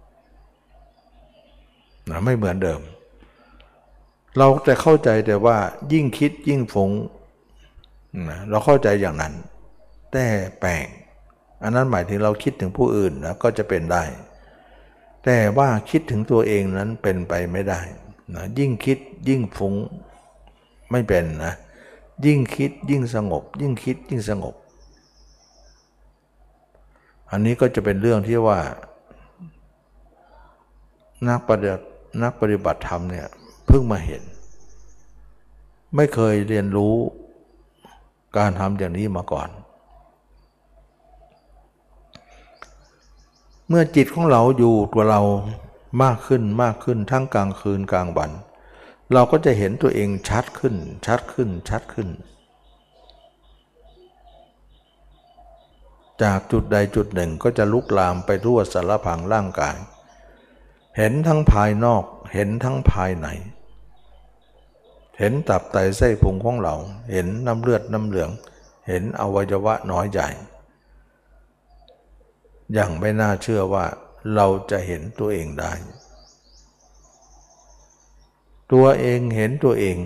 นะไม่เหมือนเดิมเราจะเข้าใจแต่ว่ายิ่งคิดยิ่งฟุ้งนะเราเข้าใจอย่างนั้นแต่แปลกอันนั้นหมายถึงเราคิดถึงผู้อื่นนะก็จะเป็นได้แต่ว่าคิดถึงตัวเองนั้นเป็นไปไม่ได้นะยิ่งคิดยิ่งฟุ้งไม่เป็นนะยิ่งคิดยิ่งสงบยิ่งคิดยิ่งสงบอันนี้ก็จะเป็นเรื่องที่ว่านักปฏิบัตินักปฏิบัติธรรมเนี่ยเพิ่งมาเห็นไม่เคยเรียนรู้การทำอย่างนี้มาก่อนเมื่อจิตของเราอยู่ตัวเรามากขึ้นมากขึ้นทั้งกลางคืนกลางวันเราก็จะเห็นตัวเองชัดขึ้นชัดขึ้นชัดขึ้นจากจุดใดจุดหนึ่งก็จะลุกลามไปทั่วสารพังร่างกายเห็นทั้งภายนอกเห็นทั้งภายในเห็นตับไตไส้พุงของเราเห็นน้ำเลือดน้ำเหลืองเห็นอวัยวะน้อยใหญ่อย่างไม่น่าเชื่อว่าเราจะเห็นตัวเองได้ตัวเองเห็นตัวเอง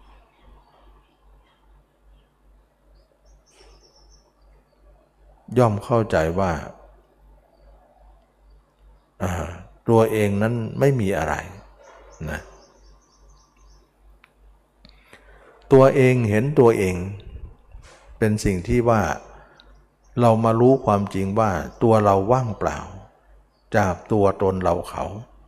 ย่อมเข้าใจว่าตัวเองนั้นไม่มีอะไรนะตัวเองเห็นตัวเองเป็นสิ่งที่ว่าเรามารู้ความจริงว่าตัวเราว่างเปล่าจากตัวตนเราเขา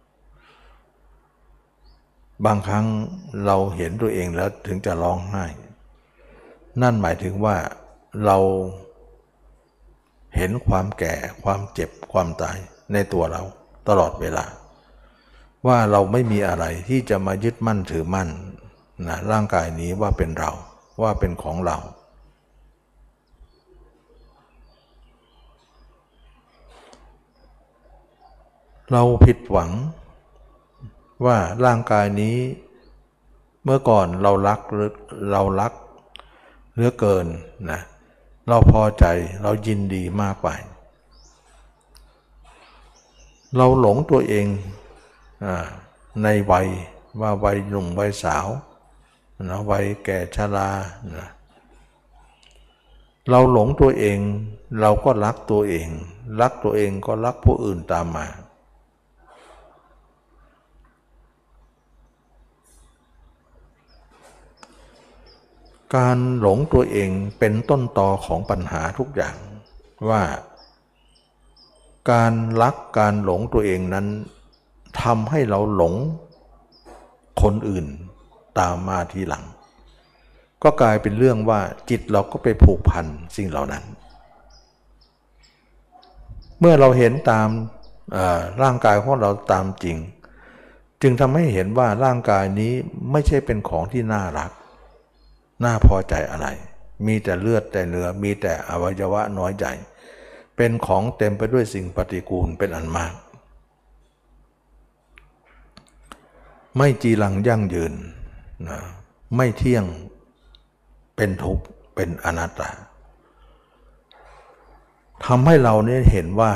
บางครั้งเราเห็นตัวเองแล้วถึงจะร้องไห้นั่นหมายถึงว่าเราเห็นความแก่ความเจ็บความตายในตัวเราตลอดเวลาว่าเราไม่มีอะไรที่จะมายึดมั่นถือมั่นนะร่างกายนี้ว่าเป็นเราว่าเป็นของเราเราผิดหวังว่าร่างกายนี้เมื่อก่อนเรารักหรือเรารักเหลือเกินนะเราพอใจเรายินดีมากไปเราหลงตัวเองในวัยว่าวัยหนุ่มวัยสาวนะวัยแก่ชรานะเราหลงตัวเองเราก็รักตัวเองรักตัวเองก็รักผู้อื่นตามมาการหลงตัวเองเป็นต้นตอของปัญหาทุกอย่างว่าการรักการหลงตัวเองนั้นทำให้เราหลงคนอื่นตามมาทีหลังก็กลายเป็นเรื่องว่าจิตเราก็ไปผูกพันสิ่งเหล่านั้นเมื่อเราเห็นตามร่างกายของเราตามจริงจึงทำให้เห็นว่าร่างกายนี้ไม่ใช่เป็นของที่น่ารักน่าพอใจอะไรมีแต่เลือดแต่เนื้อมีแต่อวัยวะน้อยใหญ่เป็นของเต็มไปด้วยสิ่งปฏิกูลเป็นอันมากไม่จีรังยั่งยืนนะไม่เที่ยงเป็นทุกข์เป็นอนัตตาทำให้เราเนี่ยเห็นว่า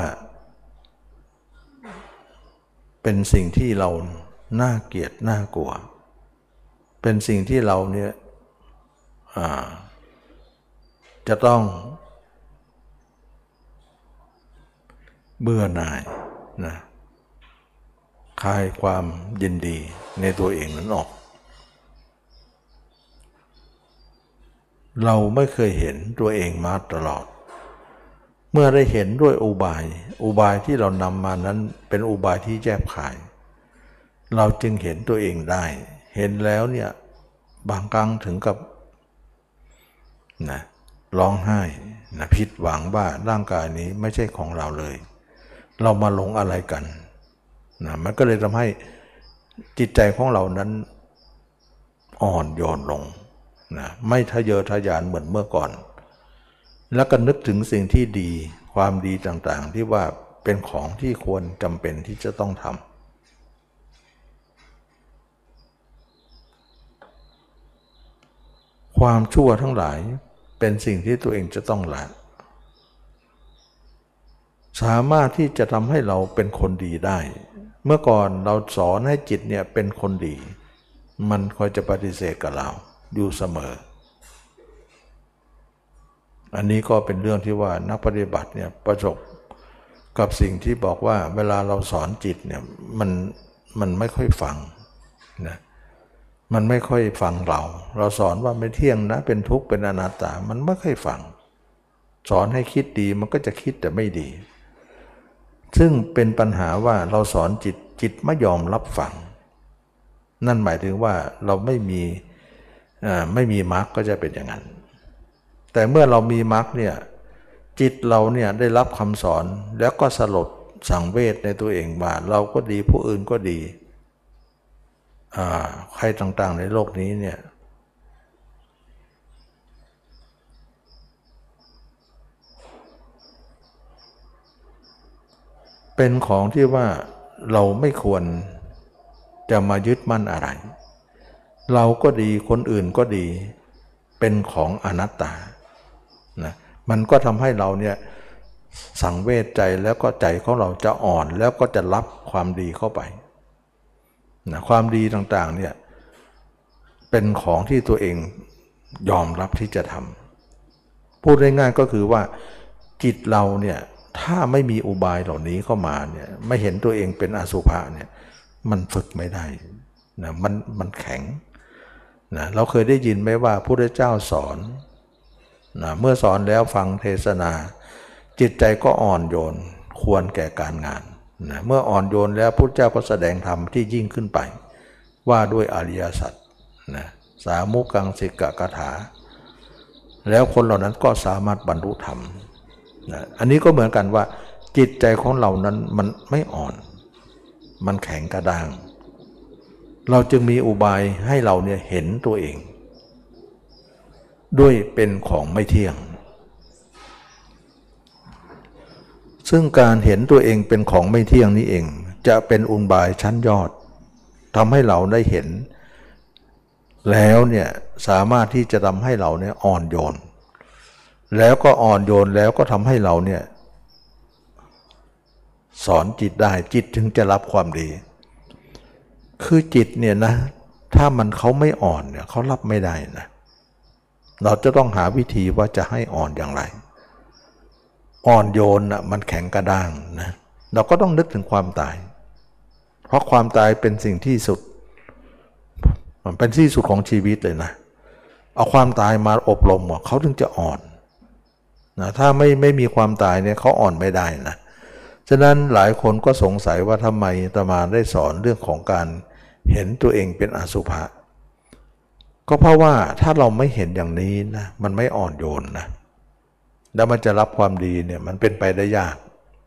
เป็นสิ่งที่เราน่าเกลียดน่ากลัวเป็นสิ่งที่เราเนี่ยจะต้องเบื่อหน่ายนะคลายความยินดีในตัวเองนั้นออกเราไม่เคยเห็นตัวเองมาตลอดเมื่อได้เห็นด้วยอุบายอุบายที่เรานำมานั้นเป็นอุบายที่แยบคายเราจึงเห็นตัวเองได้เห็นแล้วเนี่ยบางครั้งถึงกับนะร้องไห้นะผิดหวังว่าร่างกายนี้ไม่ใช่ของเราเลยเรามาหลงอะไรกันนะมันก็เลยทำให้จิตใจของเรานั้นอ่อนโยนลงนะไม่ทะเยอทะยานเหมือนเมื่อก่อนแล้วก็นึกถึงสิ่งที่ดีความดีต่างๆที่ว่าเป็นของที่ควรจำเป็นที่จะต้องทำความชั่วทั้งหลายเป็นสิ่งที่ตัวเองจะต้องละสามารถที่จะทำให้เราเป็นคนดีได้เมื่อก่อนเราสอนให้จิตเนี่ยเป็นคนดีมันคอยจะปฏิเสธกับเราอยู่เสมออันนี้ก็เป็นเรื่องที่ว่านักปฏิบัติเนี่ยประสบกับสิ่งที่บอกว่าเวลาเราสอนจิตเนี่ยมันมันไม่ค่อยฟังนะมันไม่ค่อยฟังเราเราสอนว่าไม่เที่ยงนะเป็นทุกข์เป็นอนัตตามันไม่ค่อยฟังสอนให้คิดดีมันก็จะคิดแต่ไม่ดีซึ่งเป็นปัญหาว่าเราสอนจิตจิตไม่ยอมรับฟังนั่นหมายถึงว่าเราไม่มีไม่มีมรรคก็จะเป็นอย่างนั้นแต่เมื่อเรามีมรรคเนี่ยจิตเราเนี่ยได้รับคำสอนแล้วก็สลดสังเวชในตัวเองว่าเราก็ดีผู้อื่นก็ดีใครต่างๆในโลกนี้เนี่ยเป็นของที่ว่าเราไม่ควรจะมายึดมั่นอะไรเราก็ดีคนอื่นก็ดีเป็นของอนัตตานะมันก็ทำให้เราเนี่ยสังเวชใจแล้วก็ใจของเราจะอ่อนแล้วก็จะรับความดีเข้าไปนะความดีต่างๆเนี่ยเป็นของที่ตัวเองยอมรับที่จะทำพูดง่ายๆก็คือว่าจิตเราเนี่ยถ้าไม่มีอุบายเหล่านี้เข้ามาเนี่ยไม่เห็นตัวเองเป็นอสุภะเนี่ยมันฝึกไม่ได้นะมันมันแข็งนะเราเคยได้ยินไหมว่าพระพุทธเจ้าสอนนะเมื่อสอนแล้วฟังเทศนาจิตใจก็อ่อนโยนควรแก่การงานนะเมื่ออ่อนโยนแล้วพระพุทธเจ้าก็แสดงธรรมที่ยิ่งขึ้นไปว่าด้วยอริยสัจนะสามุกังสิกกถาแล้วคนเหล่านั้นก็สามารถบรรลุธรรมนะอันนี้ก็เหมือนกันว่าจิตใจของเรานั้นมันไม่อ่อนมันแข็งกระด้างเราจึงมีอุบายให้เราเนี่ยเห็นตัวเองด้วยเป็นของไม่เที่ยงซึ่งการเห็นตัวเองเป็นของไม่เที่ยงนี้เองจะเป็นอุบายชั้นยอดทำให้เราได้เห็นแล้วเนี่ยสามารถที่จะทำให้เราเนี่ยอ่อนโยนแล้วก็อ่อนโยนแล้วก็ทำให้เราเนี่ยสอนจิตได้จิตถึงจะรับความดีคือจิตเนี่ยนะถ้ามันเขาไม่อ่อนเนี่ยเขารับไม่ได้นะเราจะต้องหาวิธีว่าจะให้อ่อนอย่างไรอ่อนโยนนะมันแข็งกระด้างนะเราก็ต้องนึกถึงความตายเพราะความตายเป็นสิ่งที่สุดมันเป็นที่สุดของชีวิตเลยนะเอาความตายมาอบรมเขาถึงจะอ่อนนะถ้าไม่ไม่มีความตายเนี่ยเขาอ่อนไม่ได้นะฉะนั้นหลายคนก็สงสัยว่าทำไมอาตมาได้สอนเรื่องของการเห็นตัวเองเป็นอสุภะก็เพราะว่าถ้าเราไม่เห็นอย่างนี้นะมันไม่อ่อนโยนนะแล้วมันจะรับความดีเนี่ยมันเป็นไปได้ยาก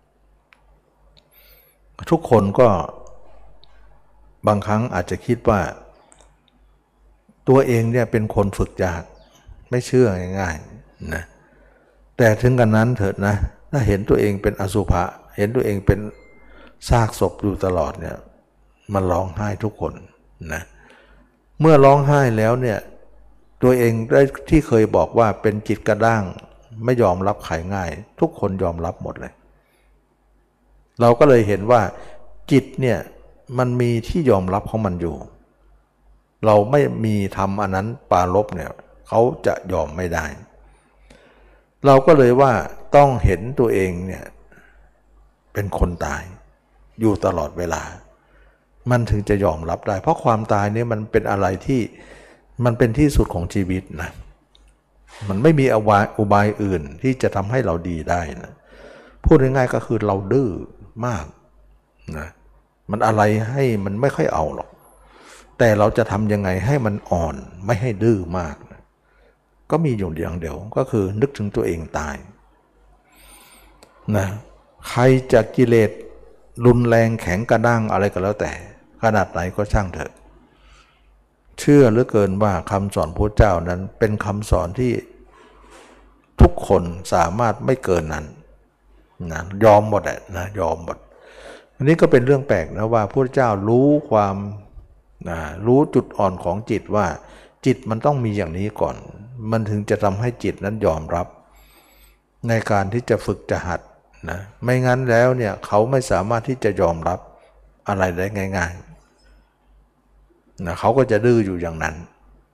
ทุกคนก็บางครั้งอาจจะคิดว่าตัวเองเนี่ยเป็นคนฝึกยากไม่เชื่อง่ายๆนะแต่ถึงกันนั้นเถิดนะถ้าเห็นตัวเองเป็นอสุภะเห็นตัวเองเป็นซากศพอยู่ตลอดเนี่ยมันร้องไห้ทุกคนนะเมื่อร้องไห้แล้วเนี่ยตัวเองได้ที่เคยบอกว่าเป็นจิตกระด้างไม่ยอมรับใครง่ายทุกคนยอมรับหมดเลยเราก็เลยเห็นว่าจิตเนี่ยมันมีที่ยอมรับของมันอยู่เราไม่มีทำอันนั้นปารภเนี่ยเขาจะยอมไม่ได้เราก็เลยว่าต้องเห็นตัวเองเนี่ยเป็นคนตายอยู่ตลอดเวลามันถึงจะยอมรับได้เพราะความตายเนี่ยมันเป็นอะไรที่มันเป็นที่สุดของชีวิตนะมันไม่มีอุบายอื่นที่จะทำให้เราดีได้นะพูดง่ายๆก็คือเราดื้อมากนะมันอะไรให้มันไม่ค่อยเอาหรอกแต่เราจะทำยังไงให้มันอ่อนไม่ให้ดื้อมากนะก็มีอยู่อย่างเดียวก็คือนึกถึงตัวเองตายนะใครจะกิเลสรุนแรงแข็งกระด้างอะไรก็แล้วแต่ขนาดไหนก็ช่างเถอะเชื่อเหลือเกินว่าคำสอนพระเจ้านั้นเป็นคำสอนที่ทุกคนสามารถไม่เกินนั้นนะยอมหมดแหละนะยอมหมดอันนี้ก็เป็นเรื่องแปลกนะว่าพระเจ้ารู้ความนะรู้จุดอ่อนของจิตว่าจิตมันต้องมีอย่างนี้ก่อนมันถึงจะทำให้จิตนั้นยอมรับในการที่จะฝึกจะหัดนะไม่งั้นแล้วเนี่ยเขาไม่สามารถที่จะยอมรับอะไรได้ง่ายๆนะเขาก็จะดื้ออยู่อย่างนั้น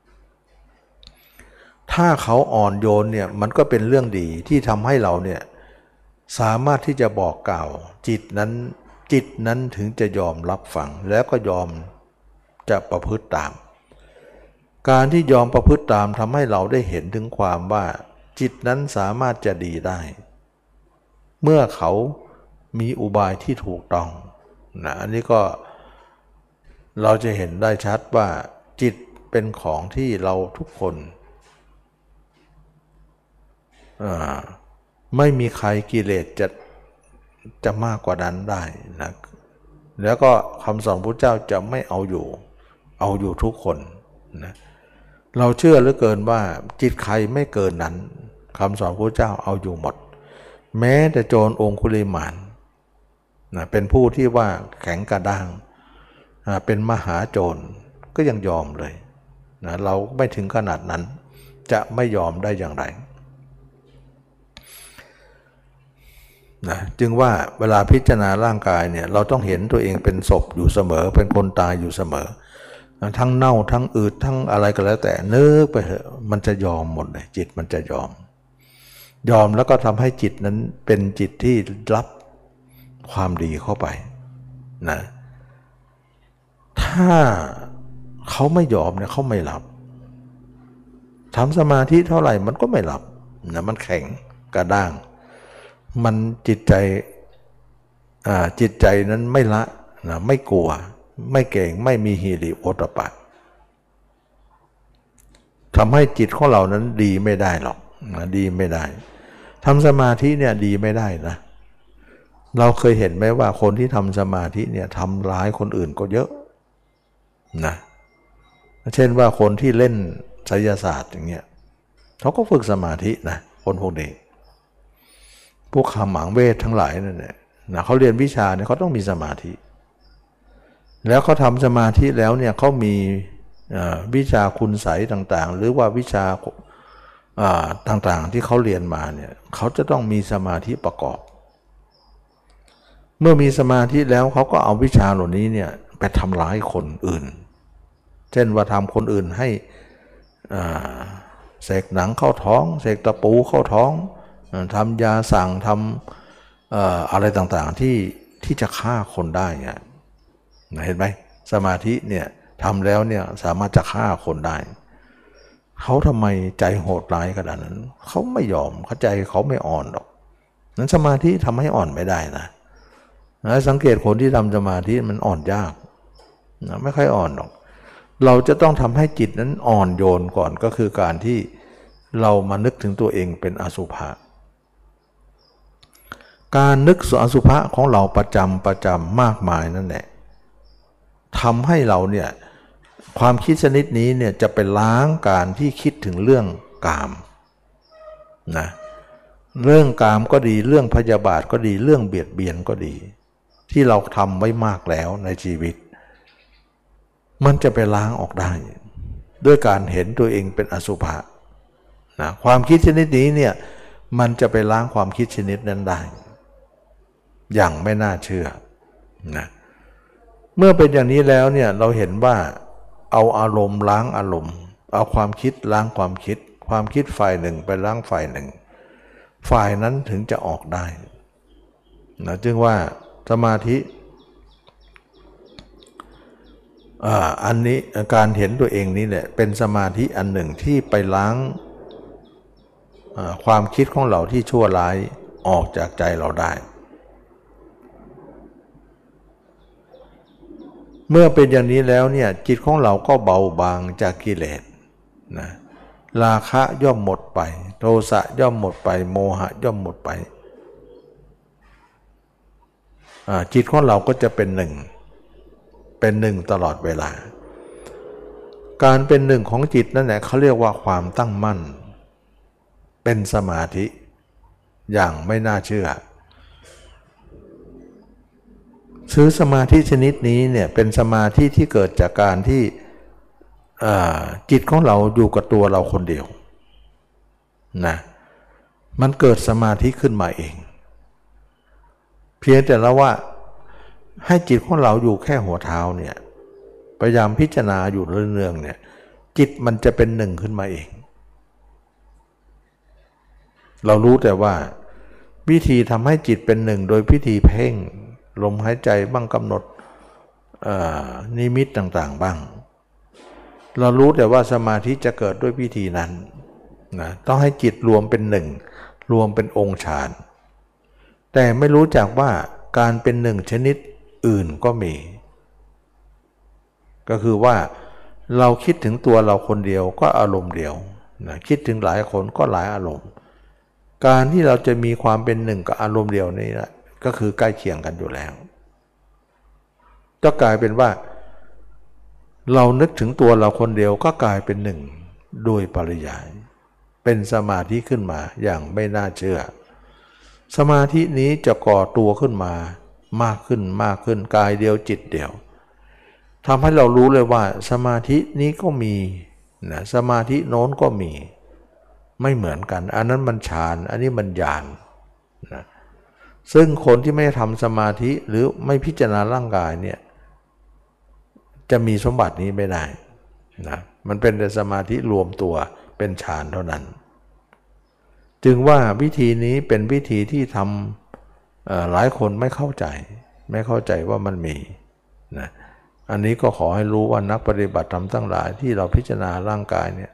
ถ้าเขาอ่อนโยนเนี่ยมันก็เป็นเรื่องดีที่ทำให้เราเนี่ยสามารถที่จะบอกกล่าวจิตนั้นจิตนั้นถึงจะยอมรับฟังแล้วก็ยอมจะประพฤติตามการที่ยอมประพฤติตามทำให้เราได้เห็นถึงความว่าจิตนั้นสามารถจะดีได้เมื่อเขามีอุบายที่ถูกต้องนะอันนี้ก็เราจะเห็นได้ชัดว่าจิตเป็นของที่เราทุกคนไม่มีใครกิเลสจะจะมากกว่านั้นได้นะแล้วก็คำสอนพระเจ้าจะไม่เอาอยู่เอาอยู่ทุกคนนะเราเชื่อเหลือเกินว่าจิตใครไม่เกินนั้นคำสอนพระเจ้าเอาอยู่หมดแม้แต่โจรองคุลิมานนะเป็นผู้ที่ว่าแข็งกระด้างนะเป็นมหาโจรก็ยังยอมเลยนะเราไม่ถึงขนาดนั้นจะไม่ยอมได้อย่างไรนะจึงว่าเวลาพิจารณาร่างกายเนี่ยเราต้องเห็นตัวเองเป็นศพอยู่เสมอเป็นคนตายอยู่เสมอทั้งเน่าทั้งอืดทั้งอะไรก็แล้วแต่นึกไปเถอะมันจะยอมหมดเลยจิตมันจะยอมยอมแล้วก็ทำให้จิตนั้นเป็นจิตที่รับความดีเข้าไปนะถ้าเขาไม่ยอมเนี่ยเขาไม่รับทำสมาธิเท่าไหร่มันก็ไม่รับนะมันแข็งกระด้างมันจิตใจอ่าจิตใจนั้นไม่ละนะไม่กลัวไม่เก่งไม่มีฮีริโอตปะทำให้จิตของเรานั้นดีไม่ได้หรอกนะดีไม่ได้ทำสมาธิเนี่ยดีไม่ได้นะเราเคยเห็นไหมว่าคนที่ทำสมาธิเนี่ยทำร้ายคนอื่นก็เยอะนะเช่นว่าคนที่เล่นไสยศาสตร์อย่างเงี้ยเขาก็ฝึกสมาธินะคนพวกนี้พวกขมังเวททั้งหลายนั่นแหละนะเขาเรียนวิชาเนี่ยเขาต้องมีสมาธิแล้วเขาทำสมาธิแล้วเนี่ยเขามีวิชาคุณไสยต่างๆหรือว่าวิชาต่างๆที่เขาเรียนมาเนี่ยเขาจะต้องมีสมาธิประกอบเมื่อมีสมาธิแล้วเขาก็เอาวิชาเหล่านี้เนี่ยไปทำร้ายคนอื่นเช่นว่าทำคนอื่นให้เสกหนังเข้าท้องเสกตะปูเข้าท้องทำยาสั่งทำอะไรต่างๆที่ที่จะฆ่าคนได้เนี่ยเห็นไหมสมาธิเนี่ยทำแล้วเนี่ยสามารถจะฆ่าคนได้เขาทำไมใจโหดร้ายขนาดนั้นเขาไม่ยอมเขาใจเขาไม่อ่อนหรอกนั้นสมาธิทำให้อ่อนไม่ได้นะนะสังเกตคนที่ทำสมาธิมันอ่อนยากนะไม่ค่อยอ่อนหรอกเราจะต้องทำให้จิตนั้นอ่อนโยนก่อนก็คือการที่เรามานึกถึงตัวเองเป็นอสุภะการนึกอสุภะของเราประจำประจำมากมายนั่นแหละทำให้เราเนี่ยความคิดชนิดนี้เนี่ยจะไปล้างการที่คิดถึงเรื่องกามนะเรื่องกามก็ดีเรื่องพยาบาทก็ดีเรื่องเบียดเบียนก็ดีที่เราทำไว้มากแล้วในชีวิตมันจะไปล้างออกได้ด้วยการเห็นตัวเองเป็นอสุภะนะความคิดชนิดนี้เนี่ยมันจะไปล้างความคิดชนิดนั้นได้อย่างไม่น่าเชื่อนะเมื่อเป็นอย่างนี้แล้วเนี่ยเราเห็นว่าเอาอารมณ์ล้างอารมณ์เอาความคิดล้างความคิดความคิดฝ่ายหนึ่งไปล้างฝ่ายหนึ่งฝ่ายนั้นถึงจะออกได้นะจึงว่าสมาธิอ่าอันนี้การเห็นตัวเองนี้แหละเป็นสมาธิอันหนึ่งที่ไปล้างความคิดของเราที่ชั่วร้ายออกจากใจเราได้เมื่อเป็นอย่างนี้แล้วเนี่ยจิตของเราก็เบาบางจากกิเลสนะราคะย่อมหมดไปโทสะย่อมหมดไปโมหะย่อมหมดไปจิตของเราก็จะเป็นหนึ่งเป็นหนึ่งตลอดเวลาการเป็นหนึ่งของจิตนั่นแหละเขาเรียกว่าความตั้งมั่นเป็นสมาธิอย่างไม่น่าเชื่อซื้อสมาธิชนิดนี้เนี่ยเป็นสมาธิที่เกิดจากการที่จิตของเราอยู่กับตัวเราคนเดียวนะมันเกิดสมาธิขึ้นมาเองเพียงแต่ละว่าให้จิตของเราอยู่แค่หัวเท้าเนี่ยพยายามพิจารณาอยู่เรื่องๆเนี่ยจิตมันจะเป็นหนึ่งขึ้นมาเองเรารู้แต่ว่าวิธีทำให้จิตเป็นหนึ่งโดยพิธีเพ่งลมหายใจบ้างกำหนดนิมิตต่างๆบ้างเรารู้แต่ว่าสมาธิจะเกิดด้วยวิธีนั้นนะต้องให้จิตรวมเป็นหนึ่งรวมเป็นองค์ฌานแต่ไม่รู้จักว่าการเป็นหนึ่งชนิดอื่นก็มีก็คือว่าเราคิดถึงตัวเราคนเดียวก็อารมณ์เดียวนะคิดถึงหลายคนก็หลายอารมณ์การที่เราจะมีความเป็นหนึ่งกับอารมณ์เดียวนี่แหละก็คือใกล้เคียงกันอยู่แล้วก็กลายเป็นว่าเรานึกถึงตัวเราคนเดียวก็กลายเป็นหนึ่งโดยปริยายเป็นสมาธิขึ้นมาอย่างไม่น่าเชื่อสมาธินี้จะก่อตัวขึ้นมามากขึ้นมากขึ้นกายเดียวจิตเดียวทำให้เรารู้เลยว่าสมาธินี้ก็มีนะสมาธิโน้นก็มีไม่เหมือนกันอันนั้นมันฌานอันนี้มันญาณนะซึ่งคนที่ไม่ทำสมาธิหรือไม่พิจารณาร่างกายเนี่ยจะมีสมบัตินี้ไม่ได้นะมันเป็นแต่สมาธิรวมตัวเป็นฌานเท่านั้นจึงว่าวิธีนี้เป็นวิธีที่ทำหลายคนไม่เข้าใจไม่เข้าใจว่ามันมีนะอันนี้ก็ขอให้รู้ว่านักปฏิบัติธรรมทั้งหลายที่เราพิจารณาร่างกายเนี่ย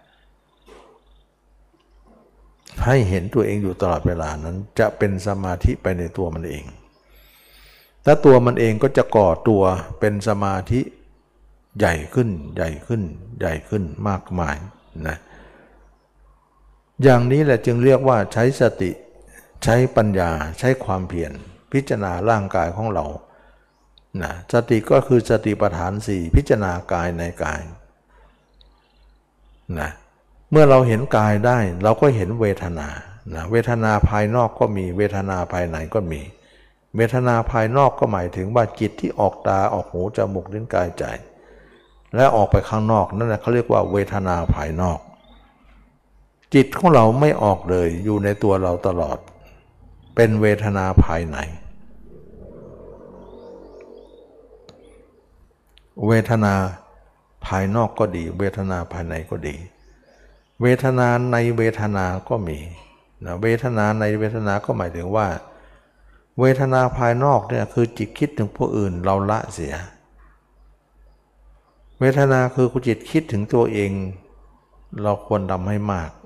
ให้เห็นตัวเองอยู่ตลอดเวลานั้นจะเป็นสมาธิไปในตัวมันเองและตัวมันเองก็จะก่อตัวเป็นสมาธิใหญ่ขึ้นใหญ่ขึ้นใหญ่ขึ้นมากมายนะอย่างนี้แหละจึงเรียกว่าใช้สติใช้ปัญญาใช้ความเพียรพิจารณาร่างกายของเรานะสติก็คือสติปัฏฐานสี่พิจารณากายในกายนะเมื่อเราเห็นกายได้เราก็เห็นเวทนานะเวทนาภายนอกก็มีเวทนาภายในก็มีเวทนาภายนอกก็หมายถึงว่าจิตที่ออกตาออกหูจมูกลิ้นกายใจและออกไปข้างนอกนั่นแหละเขาเรียกว่าเวทนาภายนอกจิตของเราไม่ออกเลยอยู่ในตัวเราตลอดเป็นเวทนาภายในเวทนาภายนอกก็ดีเวทนาภายในก็ดีเวทนาในเวทนาก็มีนะเวทนาในเวทนาก็หมายถึงว่าเวทนาภายนอกเนี่ยคือจิตคิดถึงผู้อื่นเราละเสียเวทนาคือจิตคิดถึงตัวเองเราควรทำให้มาก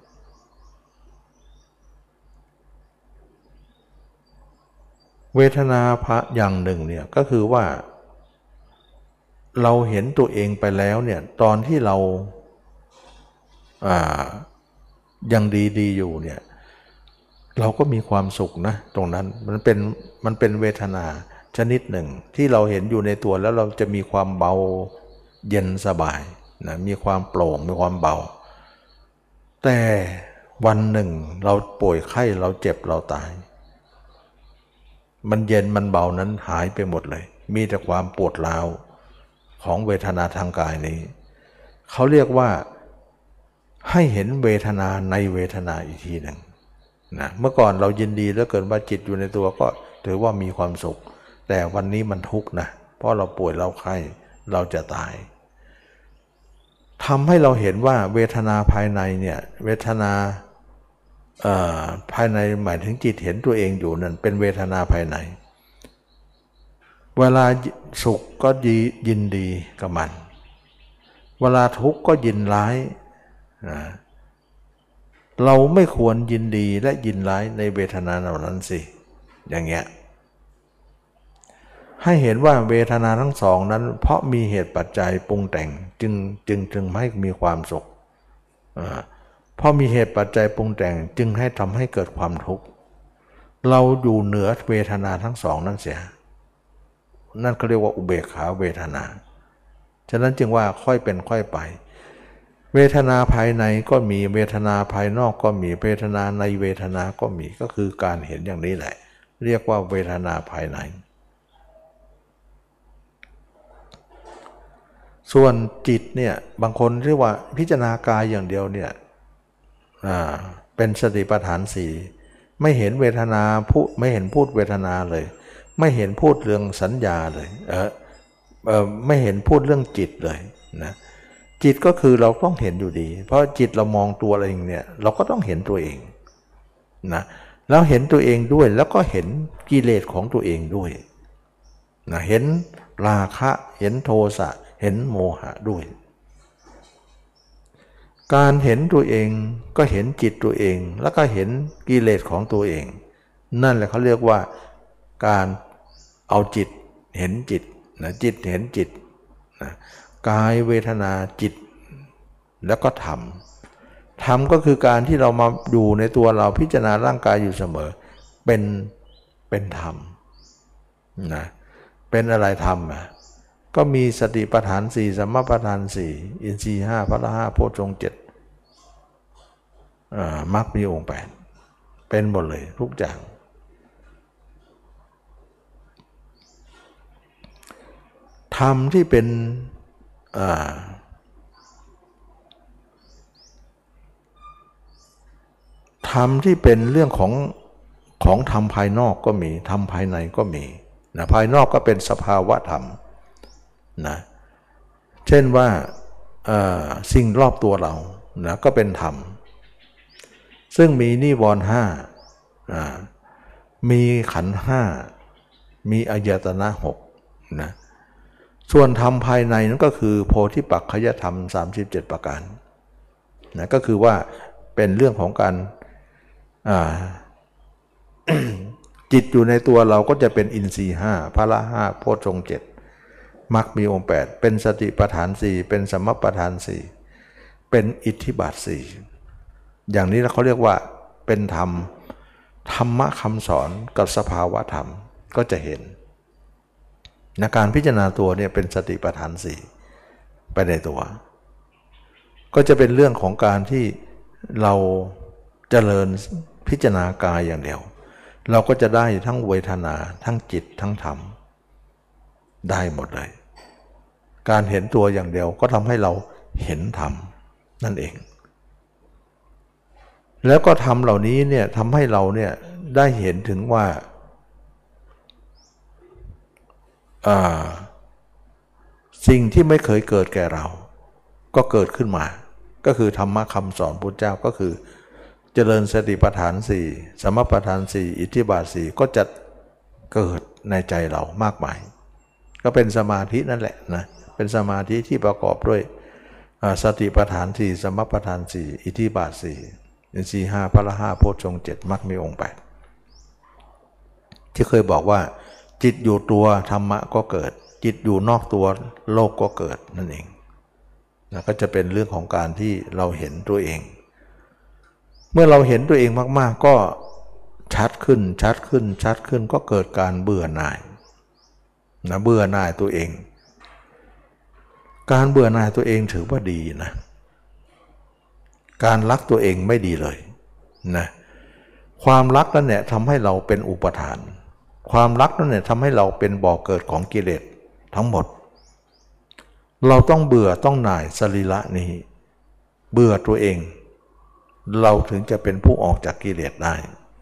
เวทนาพระอย่างหนึ่งเนี่ยก็คือว่าเราเห็นตัวเองไปแล้วเนี่ยตอนที่เราอ่ายังดีๆอยู่เนี่ยเราก็มีความสุขนะตรงนั้นมันเป็นมันเป็นเวทนาชนิดหนึ่งที่เราเห็นอยู่ในตัวแล้วเราจะมีความเบาเย็นสบายนะมีความโปร่งมีความเบาแต่วันหนึ่งเราป่วยไข้เราเจ็บเราตายมันเย็นมันเบานั้นหายไปหมดเลยมีแต่ความปวดร้าวของเวทนาทางกายนี้เขาเรียกว่าให้เห็นเวทนาในเวทนาอีกทีหนึ่งนะเมื่อก่อนเรายินดีแล้วเกิดว่าจิตอยู่ในตัวก็ถือว่ามีความสุขแต่วันนี้มันทุกข์นะเพราะเราป่วยเราไข้เราจะตายทำให้เราเห็นว่าเวทนาภายในเนี่ยเวทนาภายในหมายถึงจิตเห็นตัวเองอยู่นั่นเป็นเวทนาภายในเวลาสุขก็ยินดีกับมันเวลาทุกข์ก็ยินร้ายนะเราไม่ควรยินดีและยินร้ายในเวทนาเหล่านั้นสิอย่างเงี้ยให้เห็นว่าเวทนาทั้งสองนั้นเพราะมีเหตุปัจจัยปรุงแต่งจึงจึงจึงให้มีความสุขเพราะมีเหตุปัจจัยปรุงแต่งจึงให้ทำให้เกิดความทุกข์เราอยู่เหนือเวทนาทั้งสองนั้นเสียนั่นเขาเรียกว่าอุเบกขาเวทนาฉะนั้นจึงว่าค่อยเป็นค่อยไปเวทนาภายในก็มีเวทนาภายนอกก็มีเวทนาในเวทนาก็มีก็คือการเห็นอย่างนี้แหละเรียกว่าเวทนาภายในส่วนจิตเนี่ยบางคนเรียกว่าพิจารณากายอย่างเดียวเนี่ยอ่าเป็นสติปัฏฐานสี่ไม่เห็นเวทนาพูดไม่เห็นพูดเวทนาเลยไม่เห็นพูดเรื่องสัญญาเลยเออเออไม่เห็นพูดเรื่องจิตเลยนะจิตก็คือเราต้องเห็นอยู่ดีเพราะจิตเรามองตัวเองเนี่ยเราก็ต้องเห็นตัวเองนะแล้วเห็นตัวเองด้วยแล้วก็เห็นกิเลสของตัวเองด้วยนะเห็นราคะเห็นโทสะเห็นโมหะด้วยการเห็นตัวเองก็เห็นจิตตัวเองแล้วก็เห็นกิเลสของตัวเองนั่นแหละเขาเรียกว่าการเอาจิตเห็นจิตนะจิตเห็นจิตนะกายเวทนาจิตแล้วก็ธรรมธรรมก็คือการที่เรามาอยู่ในตัวเราพิจารณาร่างกายอยู่เสมอเป็นเป็นธรรมนะเป็นอะไรธรรมอ่ะก็มีสติปัฏฐานสี่สัมมาปัฏฐานสี่อินทรีย์ห้าพละห้าโพชฌงค์เจ็ดมรรคมีองค์แปดเป็นหมดเลยทุกอย่างธรรมที่เป็นธรรมที่เป็นเรื่องของของธรรมภายนอกก็มีธรรมภายในก็มีนะภายนอกก็เป็นสภาวะธรรมนะเช่นว่าสิ่งรอบตัวเรานะก็เป็นธรรมซึ่งมีนิวรณ์ห้ามีขันธ์ห้ามีอายตนะหกนะส่วนธรรมภายในนั้นก็คือโพธิปักขยธรรมสามสิบเจ็ดประการนะก็คือว่าเป็นเรื่องของการจิตอยู่ในตัวเราก็จะเป็นอินทรีย์ห้าพละห้าโพชฌงค์เจ็ดมรรคมีองค์แปดเป็นสติปัฏฐานสี่เป็นสัมมาปัฏฐานสี่เป็นอิทธิบาทสี่อย่างนี้เขาเรียกว่าเป็นธรรมธรรมะคำสอนกับสภาวะธรรมก็จะเห็นในการพิจารณาตัวเนี่ยเป็นสติปัฏฐานสี่ไปในตัวก็จะเป็นเรื่องของการที่เราเจริญพิจารณากายอย่างเดียวเราก็จะได้ทั้งเวทนาทั้งจิตทั้งธรรมได้หมดเลยการเห็นตัวอย่างเดียวก็ทำให้เราเห็นธรรมนั่นเองแล้วก็ธรรมเหล่านี้เนี่ยทำให้เราเนี่ยได้เห็นถึงว่าสิ่งที่ไม่เคยเกิดแก่เราก็เกิดขึ้นมาก็คือธรรมะคำสอนพุทธเจ้าก็คือเจริญสติปัฏฐานสี่สมปัฏฐานสี่อิทธิบาทสี่ก็จะเกิดในใจเรามากมายก็เป็นสมาธินั่นแหละนะเป็นสมาธิที่ประกอบด้วยสติปัฏฐานสี่สมปัฏฐานสี่อิทธิบาทสี่อินทรีย์ห้าพละห้าโพชฌงค์เจ็ดมรรคมีองค์แปดที่เคยบอกว่าจิตอยู่ตัวธรรมะก็เกิดจิตอยู่นอกตัวโลกก็เกิดนั่นเองนะก็จะเป็นเรื่องของการที่เราเห็นตัวเองเมื่อเราเห็นตัวเองมากๆก็ชัดขึ้นชัดขึ้นชัดขึ้นก็เกิดการเบื่อหน่ายนะเบื่อหน่ายตัวเองการเบื่อหน่ายตัวเองถือว่าดีนะการรักตัวเองไม่ดีเลยนะความรักนั่นแหละทำให้เราเป็นอุปทานความรักนั่นแหละทำให้เราเป็นบ่อเกิดของกิเลสทั้งหมดเราต้องเบื่อต้องหน่ายสรีระนี้เบื่อตัวเองเราถึงจะเป็นผู้ออกจากกิเลสได้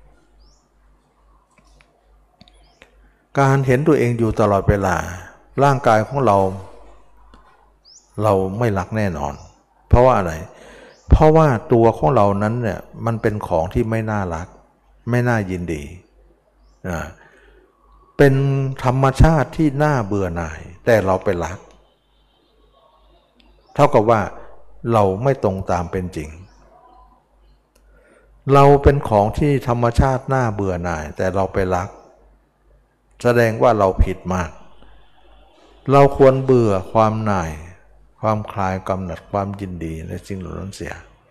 การเห็นตัวเองอยู่ตลอดเวลาร่างกายของเราเราไม่รักแน่นอนเพราะว่าอะไรเพราะว่าตัวของเรานั้นเนี่ยมันเป็นของที่ไม่น่ารักไม่น่ายินดีนะเป็นธรรมชาติที่น่าเบื่อหน่ายแต่เราไปรักเท่ากับว่าเราไม่ตรงตามเป็นจริงเราเป็นของที่ธรรมชาติน่าเบื่อหน่ายแต่เราไปรักแสดงว่าเราผิดมากเราควรเบื่อความหน่ายความคลายกำหนัดความยินดีในสิ่งเหล่านั้นเสีย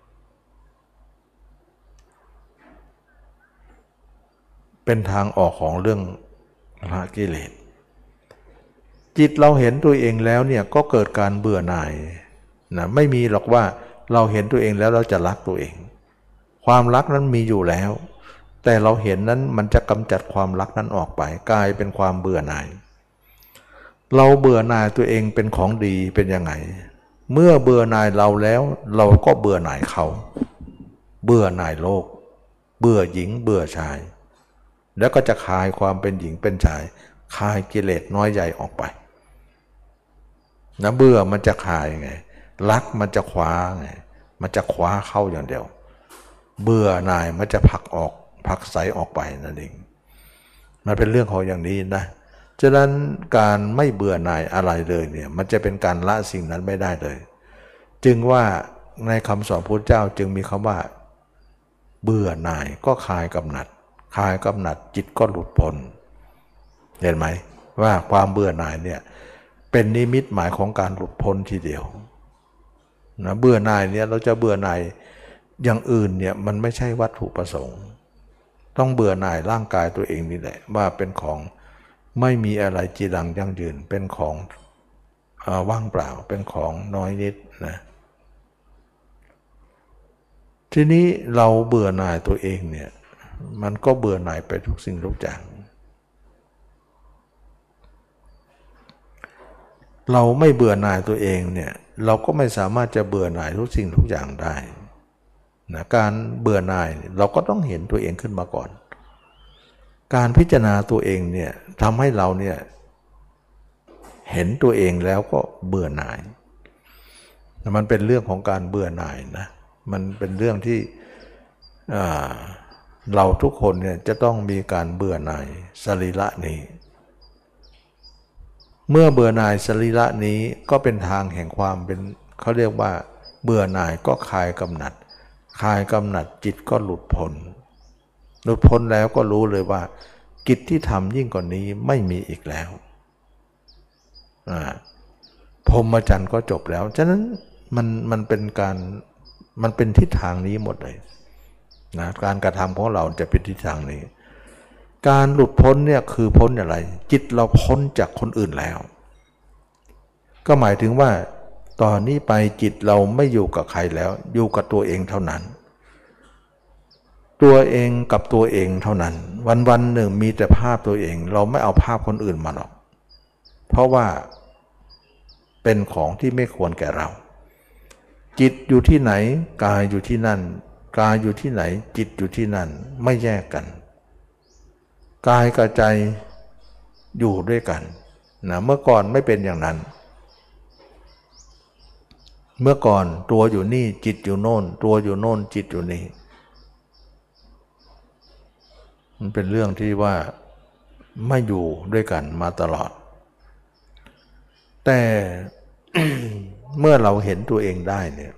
เป็นทางออกของเรื่องละกิเลสจิตเราเห็นตัวเองแล้วเนี่ยก็เกิดการเบื่อหน่ายนะไม่มีหรอกว่าเราเห็นตัวเองแล้วเราจะรักตัวเองความรักนั้นมีอยู่แล้วแต่เราเห็นนั้นมันจะกำจัดความรักนั้นออกไปกลายเป็นความเบื่อหน่ายเราเบื่อหน่ายตัวเองเป็นของดีเป็นยังไงเมื่อเบื่อหน่ายเราแล้วเราก็เบื่อหน่ายเขาเบื่อหน่ายโลกเบื่อหญิงเบื่อชายแล้วก็จะคลายความเป็นหญิงเป็นชายคลายกิเลสน้อยใหญ่ออกไปนะเบื่อมันจะคลายไงรักมันจะคว้าไงมันจะคว้าเข้าอย่างเดียวเบื่อหน่ายมันจะผลักออกผลักไสออกไปนั่นเองมันเป็นเรื่องของอย่างนี้นะฉะนั้นการไม่เบื่อหน่ายอะไรเลยเนี่ยมันจะเป็นการละสิ่งนั้นไม่ได้เลยจึงว่าในคำสอนพุทธเจ้าจึงมีคำว่าเบื่อหน่ายก็คลายกำหนัดคลายกำหนัดจิตก็หลุดพ้นเห็นไหมว่าความเบื่อหน่ายเนี่ยเป็นนิมิตหมายของการหลุดพ้นทีเดียวนะเบื่อหน่ายเนี่ยเราจะเบื่อหน่ายอย่างอื่นเนี่ยมันไม่ใช่วัตถุประสงค์ต้องเบื่อหน่ายร่างกายตัวเองนี่แหละว่าเป็นของไม่มีอะไรจีรังยั่งยืนเป็นของว่างเปล่าเป็นของน้อยนิดนะทีนี้เราเบื่อหน่ายตัวเองเนี่ยมันก็เบื่อหน่ายไปทุกสิ่งทุกอย่างเราไม่เบื่อหน่ายตัวเองเนี่ยเราก็ไม่สามารถจะเบื่อหน่ายทุกสิ่งทุกอย่างได้นะการเบื่อหน่ายเราก็ต้องเห็นตัวเองขึ้นมาก่อนการพิจารณาตัวเองเนี่ยทำให้เราเนี่ยเห็นตัวเองแล้วก็เบื่อหน่ายมันเป็นเรื่องของการเบื่อหน่ายนะมันเป็นเรื่องที่เราทุกคนเนี่ยจะต้องมีการเบื่อหน่ายสรีระนี้เมื่อเบื่อหน่ายสรีระนี้ก็เป็นทางแห่งความเป็นเขาเรียกว่าเบื่อหน่ายก็คลายกำหนัดคลายกำหนัดจิตก็หลุดพ้นหลุดพ้นแล้วก็รู้เลยว่ากิจที่ทำยิ่งกว่านี้ไม่มีอีกแล้วพรหมจรรย์ก็จบแล้วฉะนั้นมันมันเป็นการมันเป็นทิศทางนี้หมดเลยนะการกระทำของเราจะเป็นทิศทางนี้การหลุดพ้นเนี่ยคือพ้นอะไรจิตเราพ้นจากคนอื่นแล้วก็หมายถึงว่าตอนนี้ไปจิตเราไม่อยู่กับใครแล้วอยู่กับตัวเองเท่านั้นตัวเองกับตัวเองเท่านั้นวันวันหนึ่งมีแต่ภาพตัวเองเราไม่เอาภาพคนอื่นมาหรอกเพราะว่าเป็นของที่ไม่ควรแก่เราจิตอยู่ที่ไหนกายอยู่ที่นั่นกายอยู่ที่ไหนจิตอยู่ที่นั่นไม่แยกกันกายกับใจอยู่ด้วยกันนะเมื่อก่อนไม่เป็นอย่างนั้นเมื่อก่อนตัวอยู่นี่จิตอยู่โน่นตัวอยู่โน่นจิตอยู่นี่มันเป็นเรื่องที่ว่าไม่อยู่ด้วยกันมาตลอดแต่ เมื่อเราเห็นตัวเองได้เนี่ย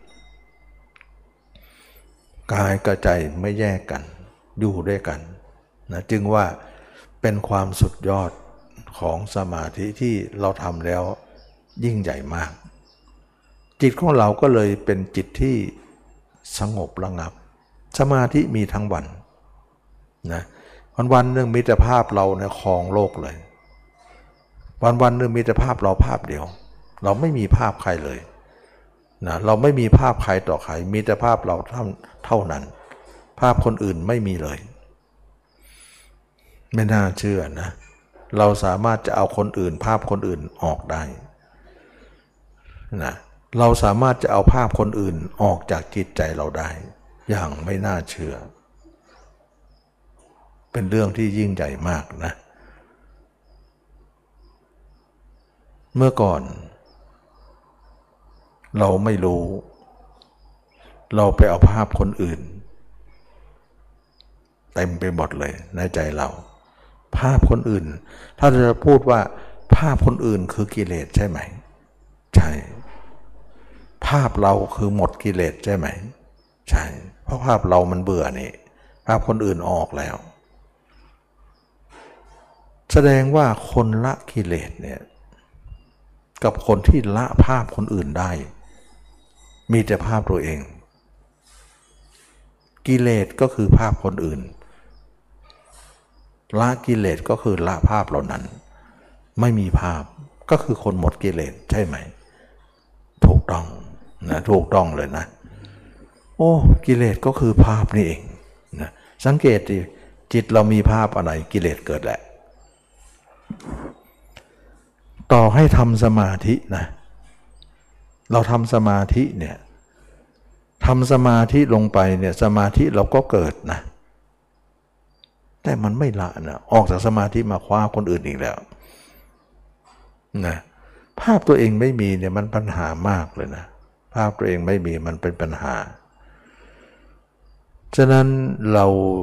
กายกับใจไม่แยกกันอยู่ด้วยกันนะจึงว่าเป็นความสุดยอดของสมาธิที่เราทำแล้วยิ่งใหญ่มากจิตของเราก็เลยเป็นจิตที่สงบระงับสมาธิมีทั้งวันนะวันวันหนึ่งมีแต่ภาพเราเนี่ยครองโลกเลยวันวันหนึ่งมีแต่ภาพเราภาพเดียวเราไม่มีภาพใครเลยนะเราไม่มีภาพใครต่อใครมีแต่ภาพเราเท่าเท่านั้นภาพคนอื่นไม่มีเลยไม่น่าเชื่อนะเราสามารถจะเอาคนอื่นภาพคนอื่นออกได้นะเราสามารถจะเอาภาพคนอื่นออกจากจิตใจเราได้อย่างไม่น่าเชื่อเป็นเรื่องที่ยิ่งใหญ่มากนะเมื่อก่อนเราไม่รู้เราไปเอาภาพคนอื่นเต็มไปหมดเลยในใจเราภาพคนอื่นถ้าจะพูดว่าภาพคนอื่นคือกิเลสใช่ไหมใช่ภาพเราคือหมดกิเลสใช่ไหมใช่เพราะภาพเรามันเบื่อนี่ภาพคนอื่นออกแล้วแสดงว่าคนละกิเลสเนี่ยกับคนที่ละภาพคนอื่นได้มีแต่ภาพตัวเองกิเลสก็คือภาพคนอื่นละกิเลสก็คือละภาพเหล่านั้นไม่มีภาพก็คือคนหมดกิเลสใช่ไหมถูกต้องนะถูกต้องเลยนะโอ้กิเลสก็คือภาพนี่เองนะสังเกตดิจิตเรามีภาพอะไรกิเลสเกิดแหละต่อให้ทำสมาธินะเราทำสมาธิเนี่ยทำสมาธิลงไปเนี่ยสมาธิเราก็เกิดนะแต่มันไม่ละนะออกจากสมาธิมาคว้าคนอื่นอีกแล้วนะภาพตัวเองไม่มีเนี่ยมันปัญหามากเลยนะภาพตัวเองไม่มีมันเป็นปัญหาฉะนั้นเรา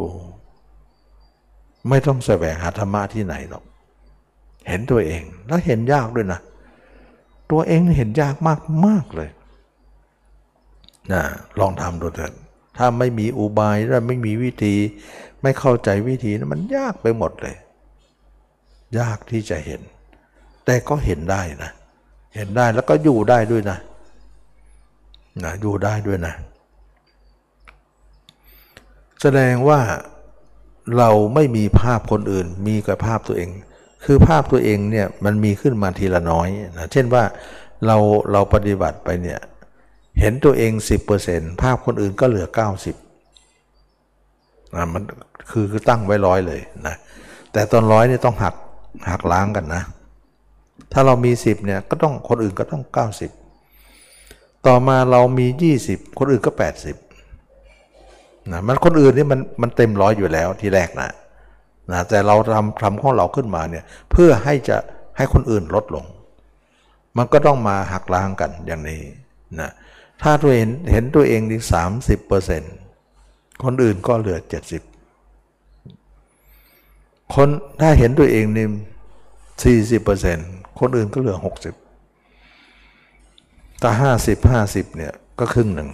ไม่ต้องแสวงหาธรรมะที่ไหนหรอกเห็นตัวเองแล้วเห็นยากด้วยนะตัวเองเห็นยากมากมากเลยนะลองทำดูเถิดถ้าไม่มีอุบายและไม่มีวิธีไม่เข้าใจวิธีนะมันยากไปหมดเลยยากที่จะเห็นแต่ก็เห็นได้นะเห็นได้แล้วก็อยู่ได้ด้วยนะนะอยู่ได้ด้วยนะแสดงว่าเราไม่มีภาพคนอื่นมีแต่ภาพตัวเองคือภาพตัวเองเนี่ยมันมีขึ้นมาทีละน้อยนะเช่นว่าเราเราปฏิบัติไปเนี่ยเห็นตัวเอง สิบเปอร์เซ็นต์ ภาพคนอื่นก็เหลือเก้าสิบนะมันคือคือตั้งไว้ร้อยเลยนะแต่ตอนร้อยนี่ต้องหักหักล้างกันนะถ้าเรามีสิบเนี่ยก็ต้องคนอื่นก็ต้องเก้าสิบต่อมาเรามียี่สิบคนอื่นก็แปดสิบนะมันคนอื่นนี่มันมันเต็มร้อยอยู่แล้วทีแรกนะนะแต่เราทำทำของเราขึ้นมาเนี่ยเพื่อให้จะให้คนอื่นลดลงมันก็ต้องมาหักล้างกันอย่างนี้นะถ้าตัวเห็นเห็นตัวเองที่สามสิบเปอร์เซ็นต์คนอื่นก็เหลือเจ็ดสิบคนถ้าเห็นตัวเองนี่สี่สิบเปอร์เซ็นต์คนอื่นก็เหลือหกสิบถ้าห้าสิบห้าสิบเนี่ยก็ครึ่งหนึ่ง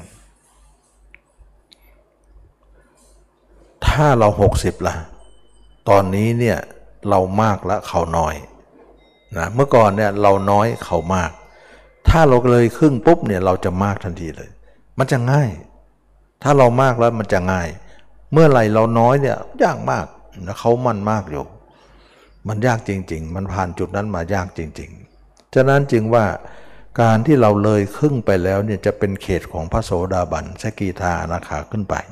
ถ้าเราหกสิบล่ะตอนนี้เนี่ยเรามากแล้วเขาน้อยนะเมื่อก่อนเนี่ยเราน้อยเขามากถ้าเราเลยครึ่งปุ๊บเนี่ยเราจะมากทันทีเลยมันจะง่ายถ้าเรามากแล้วมันจะง่ายเมื่อไหร่เราน้อยเนี่ยยากมากนะเขามันมากอยู่มันยากจริงๆมันผ่านจุดนั้นมายากจริงๆฉะนั้นจึงว่าการที่เราเลยครึ่งไปแล้วเนี่ยจะเป็นเขตของพระโสดาบันสกิทาอนาคาขึ้นไป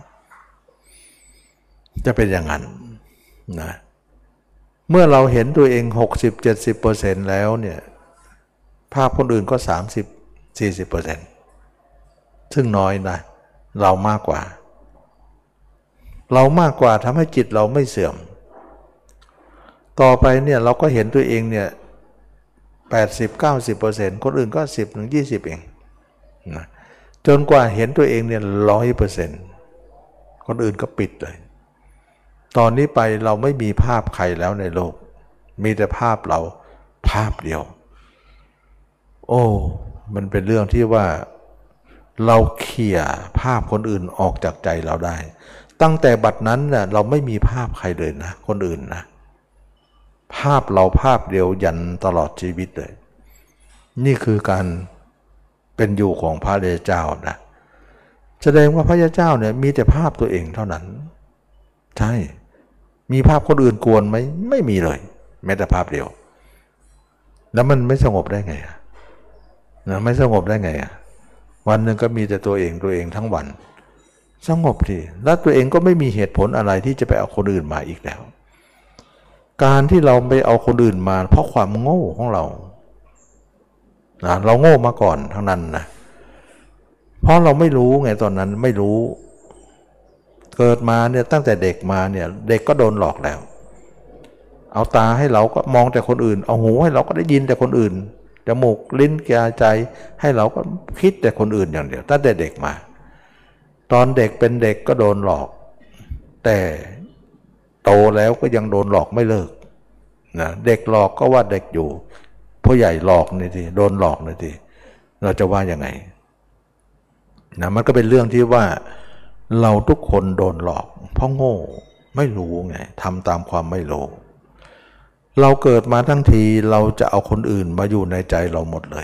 จะเป็นอย่างนั้นนะเมื่อเราเห็นตัวเอง หกสิบเจ็ดสิบเปอร์เซ็นต์ แล้วเนี่ยภาพคนอื่นก็ สามสิบสี่สิบเปอร์เซ็นต์ ซึ่งน้อยนะเรามากกว่าเรามากกว่าทำให้จิตเราไม่เสื่อมต่อไปเนี่ยเราก็เห็นตัวเองเนี่ย แปดสิบ เก้าสิบเปอร์เซ็นต์ คนอื่นก็ สิบถึงยี่สิบ เองนะจนกว่าเห็นตัวเองเนี่ย หนึ่งร้อยเปอร์เซ็นต์ คนอื่นก็ปิดเลยตอนนี้ไปเราไม่มีภาพใครแล้วในโลกมีแต่ภาพเราภาพเดียวโอ้มันเป็นเรื่องที่ว่าเราเขี่ยภาพคนอื่นออกจากใจเราได้ตั้งแต่บัดนั้นน่ะเราไม่มีภาพใครเลยนะคนอื่นนะภาพเราภาพเดียวยันตลอดชีวิตเลยนี่คือการเป็นอยู่ของพระเดชเจ้านะแสดงว่าพระเจ้าเนี่ยมีแต่ภาพตัวเองเท่านั้นใช่มีภาพคนอื่นกวนไหมไม่มีเลยแม้แต่ภาพเดียวแล้วมันไม่สงบได้ไงอะนะไม่สงบได้ไงอะวันหนึ่งก็มีแต่ตัวเองตัวเองทั้งวันสงบทีแล้วตัวเองก็ไม่มีเหตุผลอะไรที่จะไปเอาคนอื่นมาอีกแล้วการที่เราไปเอาคนอื่นมาเพราะความโง่ของเรานะเราโง่มาก่อนทั้งนั้นนะเพราะเราไม่รู้ไงตอนนั้นไม่รู้เกิดมาเนี่ยตั้งแต่เด็กมาเนี่ยเด็กก็โดนหลอกแล้วเอาตาให้เราก็มองแต่คนอื่นเอาหูให้เราก็ได้ยินแต่คนอื่นจมูกลิ้นกายใจให้เราก็คิดแต่คนอื่นอย่างเดียวตั้งแต่เด็กมาตอนเด็กเป็นเด็กก็โดนหลอกแต่โตแล้วก็ยังโดนหลอกไม่เลิกนะเด็กหลอกก็ว่าเด็กอยู่ผู้ใหญ่หลอกนี่ทีโดนหลอกนี่ทีเราจะว่ายังไงนะมันก็เป็นเรื่องที่ว่าเราทุกคนโดนหลอกเพราะโง่ไม่รู้ไงทำตามความไม่รู้เราเกิดมาทั้งทีเราจะเอาคนอื่นมาอยู่ในใจเราหมดเลย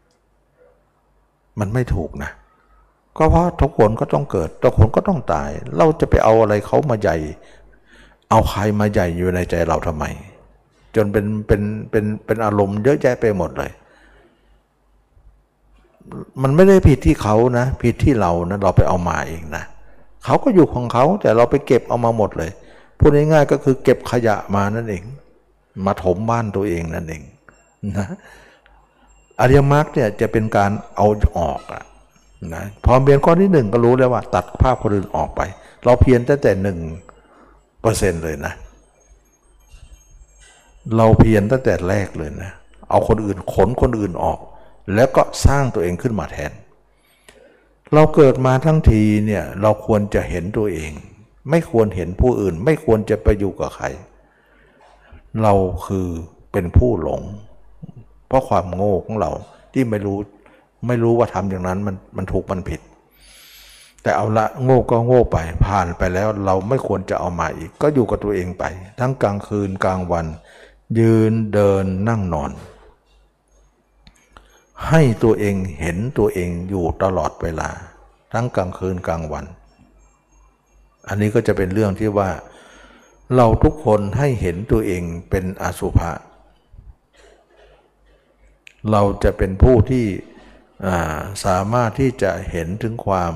มันไม่ถูกนะก็เพราะทุกคนก็ต้องเกิดทุกคนก็ต้องตายเราจะไปเอาอะไรเขามาใหญ่เอาใครมาใหญ่อยู่ในใจเราทำไมจนเป็นเป็นเป็นเป็นอารมณ์เยอะแยะไปหมดเลยมันไม่ได้ผิดที่เขานะผิดที่เรานะเราไปเอามาเองนะเขาก็อยู่ของเขาแต่เราไปเก็บเอามาหมดเลยพูดง่ายๆก็คือเก็บขยะมานั่นเองมาถมบ้านตัวเองนั่นเองนะอริยมรรคเนี่ยจะเป็นการเอาออกอะนะพอเพียรข้อที่หนึ่งก็รู้แล้วว่าตัดภาพคนอื่นออกไปเราเพียรตั้งแต่หนึ่งเปอร์เซ็นต์เลยนะเราเพียรตั้งแต่แรกเลยนะเอาคนอื่นขนคนอื่นออกแล้วก็สร้างตัวเองขึ้นมาแทนเราเกิดมาทั้งทีเนี่ยเราควรจะเห็นตัวเองไม่ควรเห็นผู้อื่นไม่ควรจะไปอยู่กับใครเราคือเป็นผู้หลงเพราะความโง่ของเราที่ไม่รู้ไม่รู้ว่าทำอย่างนั้นมันมันถูกมันผิดแต่เอาละโง่ก็โง่ไปผ่านไปแล้วเราไม่ควรจะเอามาอีกก็อยู่กับตัวเองไปทั้งกลางคืนกลางวันยืนเดินนั่งนอนให้ตัวเองเห็นตัวเองอยู่ตลอดเวลาทั้งกลางคืนกลางวันอันนี้ก็จะเป็นเรื่องที่ว่าเราทุกคนให้เห็นตัวเองเป็นอสุภะเราจะเป็นผู้ที่สามารถที่จะเห็นถึงความ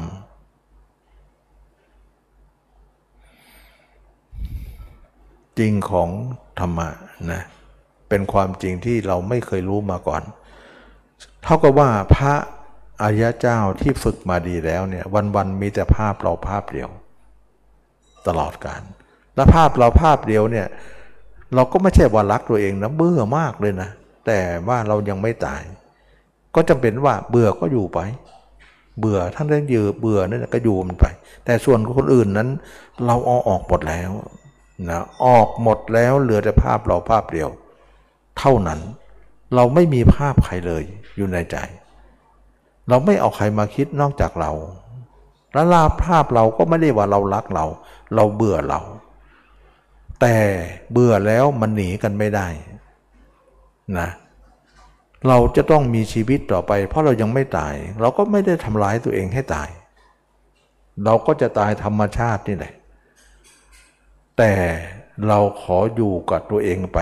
จริงของธรรมะนะเป็นความจริงที่เราไม่เคยรู้มาก่อนเท่ากับว่าพระอริยเจ้าที่ฝึกมาดีแล้วเนี่ยวันๆมีแต่ภาพเราภาพเดียวตลอดกาลและภาพเราภาพเดียวเนี่ยเราก็ไม่ใช่ว่ารักตัวเองนะเบื่อมากเลยนะแต่ว่าเรายังไม่ตายก็จำเป็นว่าเบื่อก็อยู่ไปเบื่อท่านได้ยือเบื่อนั่นก็อยู่มันไปแต่ส่วนคนอื่นนั้นเราเอาออกหมดแล้วนะออกหมดแล้วเหลือแต่ภาพเราภาพเดียวเท่านั้นเราไม่มีภาพใครเลยอยู่ในใจเราไม่เอาใครมาคิดนอกจากเราแล้วลาภาพเราก็ไม่ได้ว่าเรารักเราเราเบื่อเราแต่เบื่อแล้วมันหนีกันไม่ได้นะเราจะต้องมีชีวิตต่อไปเพราะเรายังไม่ตายเราก็ไม่ได้ทำร้ายตัวเองให้ตายเราก็จะตายธรรมชาตินี่แหละแต่เราขออยู่กับตัวเองไป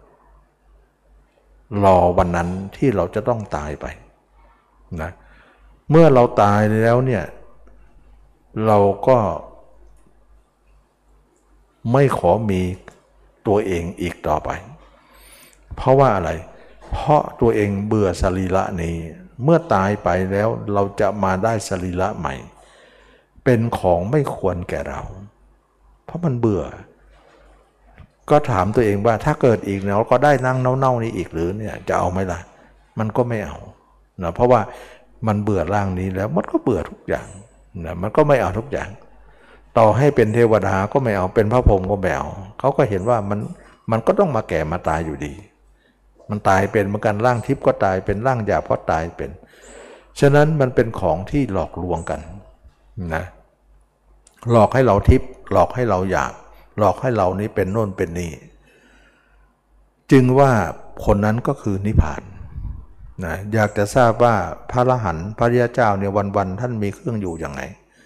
รอวันนั้นที่เราจะต้องตายไปนะเมื่อเราตายแล้วเนี่ยเราก็ไม่ขอมีตัวเองอีกต่อไปเพราะว่าอะไรเพราะตัวเองเบื่อสรีระนี้เมื่อตายไปแล้วเราจะมาได้สรีระใหม่เป็นของไม่ควรแก่เราเพราะมันเบื่อก็ถามตัวเองว่าถ้าเกิดอีกเราก็ได้นั่งเน่าๆนี้อีกหรือเนี่ยจะเอาไหมล่ะมันก็ไม่เอานะเพราะว่ามันเบื่อร่างนี้แล้วมันก็เบื่อทุกอย่างนะมันก็ไม่เอาทุกอย่างต่อให้เป็นเทวดาก็ไม่เอาเป็นพระพรหมก็ไม่เอาเขาก็เห็นว่ามันมันก็ต้องมาแก่มาตายอยู่ดีมันตายเป็นเหมือนกันร่างทิพย์ก็ตายเป็นร่างหยาบก็ตายเป็นฉะนั้นมันเป็นของที่หลอกลวงกันนะหลอกให้เราทิพย์หลอกให้เราหยาบหลอกให้เรานี้เป็นโน่นเป็นนี่จึงว่าคนนั้นก็คือนิพพานนะอยากจะทราบว่าพระอรหันต์พระริยเจ้าเนี่ยวันๆท่านมีเครื่องอยู่ยังไง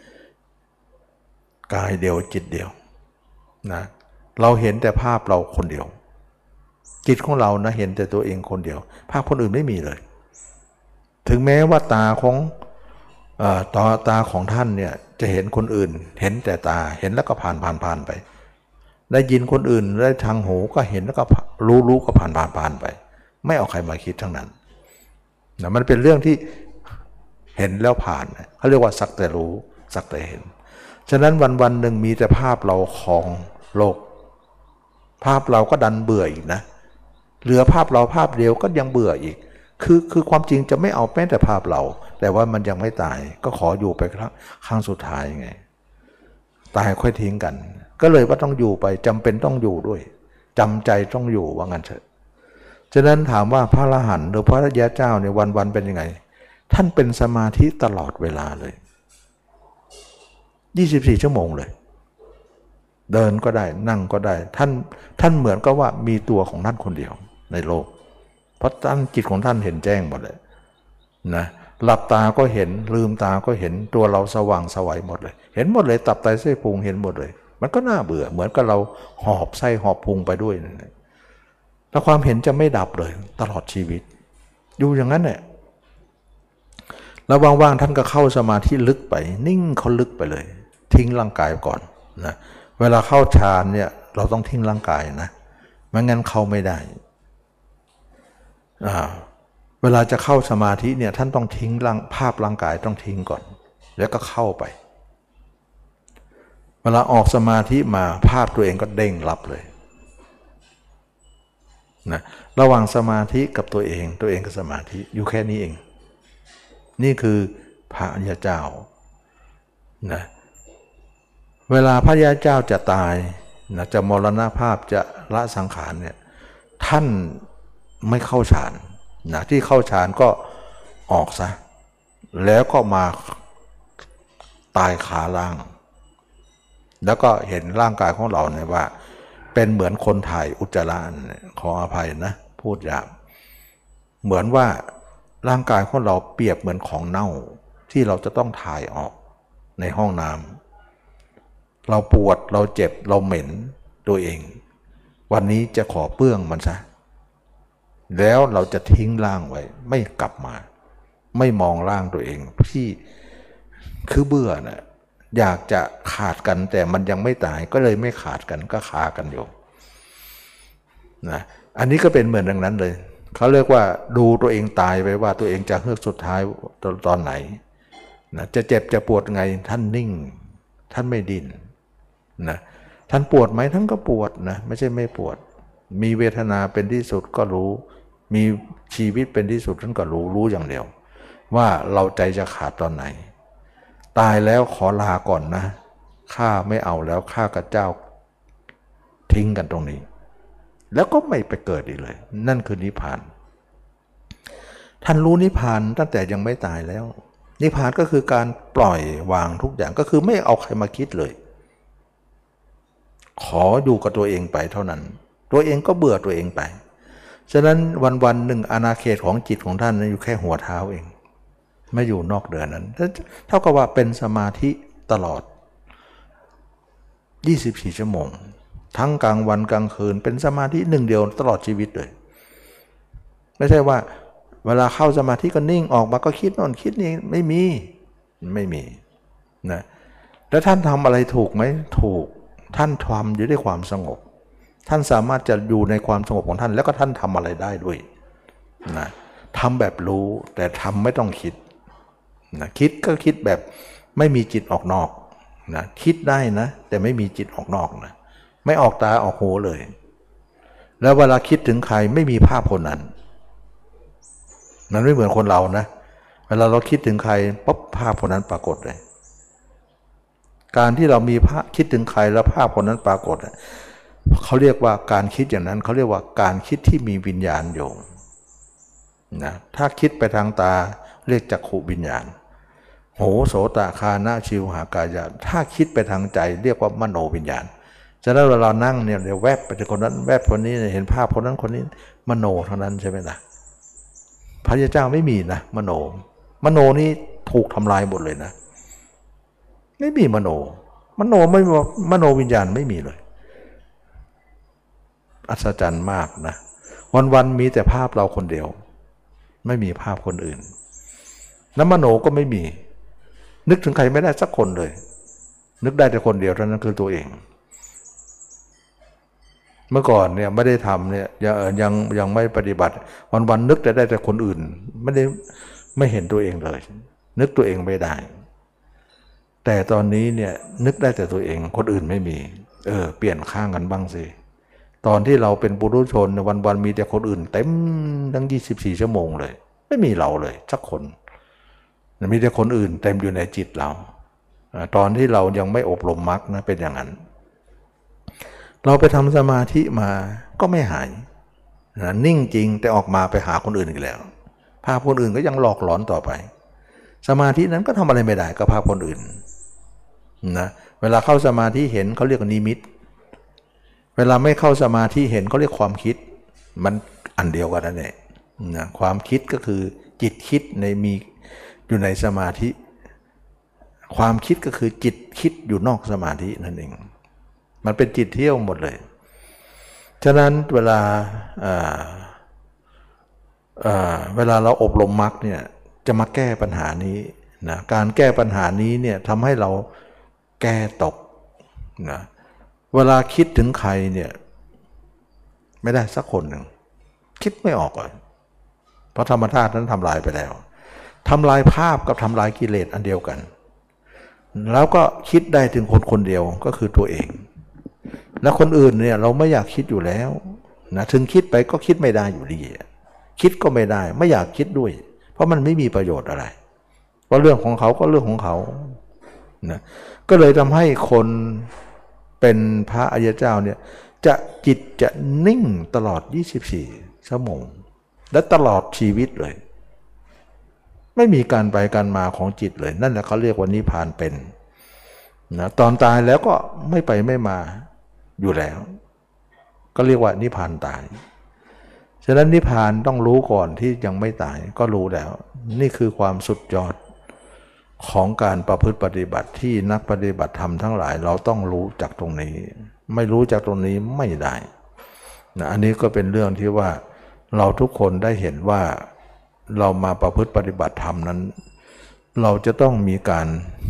กายเดียวจิตเดียวนะเราเห็นแต่ภาพเราคนเดียวจิตของเรานะเห็นแต่ตัวเองคนเดียวภาพคนอื่นไม่มีเลยถึงแม้ว่าตาของเอ่อตาตาของท่านเนี่ยจะเห็นคนอื่นเห็นแต่ตาเห็นแล้วก็ผ่านผ่านผ่านไปได้ยินคนอื่นได้ทางหูก็เห็นแล้วก็รู้รู้ก็ผ่านผ่านผ่านไปไม่เอาใครมาคิดทั้งนั้นนะมันเป็นเรื่องที่เห็นแล้วผ่านเขาเรียกว่าสักแต่รู้สักแต่เห็นฉะนั้นวันวันหนึ่งมีแต่ภาพเราครองโลกภาพเราก็ดันเบื่ออีกนะเหลือภาพเราภาพเดียวก็ยังเบื่ออีกคือคือความจริงจะไม่เอาแม้แต่ภาพเราแต่ว่ามันยังไม่ตายก็ขออยู่ไปครั้งครั้งสุดท้ายไงตายค่อยทิ้งกันก็เลยว่าต้องอยู่ไปจำเป็นต้องอยู่ด้วยจำใจต้องอยู่ว่างั้นเถอะฉะนั้นถามว่าพระอรหันต์หรือพระอริยเจ้าในวันวันเป็นยังไงท่านเป็นสมาธิตลอดเวลาเลยยี่สิบสี่ชั่วโมงเลยเดินก็ได้นั่งก็ได้ท่านท่านเหมือนกับว่ามีตัวของท่านคนเดียวในโลกเพราะท่านจิตของท่านเห็นแจ้งหมดเลยนะหลับตาก็เห็นลืมตาก็เห็นตัวเราสว่างสวัยหมดเลยเห็นหมดเลยตับไตไส้พุงเห็นหมดเลยมันก็น่าเบื่อเหมือนกับเราหอบไส้หอบพุงไปด้วยนั่นแหละแล้วความเห็นจะไม่ดับเลยตลอดชีวิตอยู่อย่างนั้นแหละแล้วว่างๆท่านก็เข้าสมาธิลึกไปนิ่งเขาลึกไปเลยทิ้งร่างกายก่อนนะเวลาเข้าฌานเนี่ยเราต้องทิ้งร่างกายนะไม่งั้นเข้าไม่ได้อ่าเวลาจะเข้าสมาธิเนี่ยท่านต้องทิ้งร่างภาพร่างกายต้องทิ้งก่อนแล้วก็เข้าไปเวลาออกสมาธิมาภาพตัวเองก็เด้งรับเลยนะระหว่างสมาธิกับตัวเองตัวเองกับสมาธิอยู่แค่นี้เองนี่คือพระอริยเจ้านะเวลาพระอริยเจ้าจะตายนะจะมรณภาพจะละสังขารเนี่ยท่านไม่เข้าฌานนะที่เข้าฌานก็ออกซะแล้วก็มาตายคาร่างแล้วก็เห็นร่างกายของเราเนี่ยว่าเป็นเหมือนคนถ่ายอุจจาระขออภัยนะพูดหยาบเหมือนว่าร่างกายของเราเปรียบเหมือนของเน่าที่เราจะต้องถ่ายออกในห้องน้ำเราปวดเราเจ็บเราเหม็นตัวเองวันนี้จะขอเปื้องมันซะแล้วเราจะทิ้งร่างไว้ไม่กลับมาไม่มองร่างตัวเองที่คือเบื่อนะอยากจะขาดกันแต่มันยังไม่ตายก็เลยไม่ขาดกันก็คากันอยู่นะอันนี้ก็เป็นเหมือนดังนั้นเลยเขาเรียกว่าดูตัวเองตายไปว่าตัวเองจะเฮือกสุดท้ายตอนไหนนะจะเจ็บจะปวดไงท่านนิ่งท่านไม่ดิ้นนะท่านปวดไหมท่านก็ปวดนะไม่ใช่ไม่ปวดมีเวทนาเป็นที่สุดก็รู้มีชีวิตเป็นที่สุดท่านก็รู้รู้อย่างเดียวว่าเราใจจะขาดตอนไหนตายแล้วขอลาก่อนนะข้าไม่เอาแล้วข้ากับเจ้าทิ้งกันตรงนี้แล้วก็ไม่ไปเกิดอีกเลยนั่นคือนิพพานท่านรู้นิพพานตั้งแต่ยังไม่ตายแล้วนิพพานก็คือการปล่อยวางทุกอย่างก็คือไม่เอาใครมาคิดเลยขออยู่กับตัวเองไปเท่านั้นตัวเองก็เบื่อตัวเองไปฉะนั้นวันวันหนึ่งอาณาเขตของจิตของท่านอยู่แค่หัวเท้าเองไม่อยู่นอกเดือนนั้นเท่ากับว่าเป็นสมาธิตลอดยี่สิบสี่ชั่วโมงทั้งกลางวันกลางคืนเป็นสมาธิหนึ่งเดียวตลอดชีวิตเลยไม่ใช่ว่าเวลาเข้าสมาธิก็นิ่งออกมาก็คิดโน่นคิดนี่ไม่มีไม่มีนะแล้วท่านทำอะไรถูกไหมถูกท่านทำอยู่ด้วยความสงบท่านสามารถจะอยู่ในความสงบของท่านแล้วก็ท่านทำอะไรได้ด้วยนะทำแบบรู้แต่ทำไม่ต้องคิดนะคิดก็คิดแบบไม่มีจิตออกนอกนะคิดได้นะแต่ไม่มีจิตออกนอกนะไม่ออกตาออกหูเลยแล้วเวลาคิดถึงใครไม่มีภาพคนนั้นมันไม่เหมือนคนเรานะเวลาเราคิดถึงใครปุ๊บภาพคนนั้นปรากฏเลยการที่เรามีภาพคิดถึงใครแล้วภาพคนนั้นปรากฏเขาเรียกว่าการคิดอย่างนั้นเขาเรียกว่าการคิดที่มีวิญญาณอยู่นะถ้าคิดไปทางตาเรียกจักขุวิญญาณโหโสตคานะชิวหากายะถ้าคิดไปทางใจเรียกว่ามโนวิญญาณฉะนั้นเวลานั่งเนี่ยเดี๋ยวแวบไปถึงคนนั้นแวบคนนี้เห็นภาพคนนั้นคนนี้มโนเท่านั้นใช่ไหมล่ะพระเจ้าไม่มีนะมโนมโนนี่ถูกทำลายหมดเลยนะไม่มีมโนมโนไม่มโนวิญญาณไม่มีเลยอัศจรรย์มากนะวันๆมีแต่ภาพเราคนเดียวไม่มีภาพคนอื่นแล้วมโนก็ไม่มีนึกถึงใครไม่ได้สักคนเลยนึกได้แต่คนเดียวเท่านั้นคือตัวเองเมื่อก่อนเนี่ยไม่ได้ทำเนี่ยยังยังยังไม่ปฏิบัติวันๆนึกแต่ได้แต่คนอื่นไม่ได้ไม่เห็นตัวเองเลยนึกตัวเองไม่ได้แต่ตอนนี้เนี่ยนึกได้แต่ตัวเองคนอื่นไม่มีเออเปลี่ยนข้างกันบ้างสิตอนที่เราเป็นปุถุชนวันๆมีแต่คนอื่นเต็มทั้งยี่สิบสี่ชั่วโมงเลยไม่มีเราเลยสักคนมีแต่คนอื่นเต็มอยู่ในจิตเราตอนที่เรายังไม่อบรมมรรคนะเป็นอย่างนั้นเราไปทำสมาธิมาก็ไม่หายนะนิ่งจริงแต่ออกมาไปหาคนอื่นอีกแล้วภาพคนอื่นก็ยังหลอกหลอนต่อไปสมาธินั้นก็ทำอะไรไม่ได้กับภาพคนอื่นนะเวลาเข้าสมาธิเห็นเขาเรียกนิมิตเวลาไม่เข้าสมาธิเห็นเขาเรียกความคิดมันอันเดียวกันนั่นแหละนะความคิดก็คือจิตคิดในมีอยู่ในสมาธิความคิดก็คือจิตคิดอยู่นอกสมาธินั่นเองมันเป็นจิตเที่ยวหมดเลยฉะนั้นเวลาเวลาเราอบรมมรรคเนี่ยจะมาแก้ปัญหานี้นะการแก้ปัญหานี้เนี่ยทำให้เราแก้ตกนะเวลาคิดถึงใครเนี่ยไม่ได้สักคนหนึ่งคิดไม่ออกเลยเพราะธรรมธาตุนั้นทำลายไปแล้วทำลายภาพกับทำลายกิเลสอันเดียวกันแล้วก็คิดได้ถึงคนคนเดียวก็คือตัวเองแล้วคนอื่นเนี่ยเราไม่อยากคิดอยู่แล้วนะถึงคิดไปก็คิดไม่ได้อยู่ดีคิดก็ไม่ได้ไม่อยากคิดด้วยเพราะมันไม่มีประโยชน์อะไรเพราะเรื่องของเขาก็เรื่องของเขานะก็เลยทำให้คนเป็นพระอริยเจ้าเนี่ยจะจิตจะนิ่งตลอดยี่สิบสี่ชั่วโมงและตลอดชีวิตเลยไม่มีการไปการมาของจิตเลยนั่นแหละเขาเรียกว่านิพพานเป็นนะตอนตายแล้วก็ไม่ไปไม่มาอยู่แล้วก็เรียกว่านิพพานตายฉะนั้นนิพพานต้องรู้ก่อนที่ยังไม่ตายก็รู้แล้วนี่คือความสุดยอดของการประพฤติปฏิบัติที่นักปฏิบัติธรรมทั้งหลายเราต้องรู้จากตรงนี้ไม่รู้จากตรงนี้ไม่ได้นะอันนี้ก็เป็นเรื่องที่ว่าเราทุกคนได้เห็นว่าเรามาประพฤติปฏิบัติธรรมนั้นเราจะต้องมีการ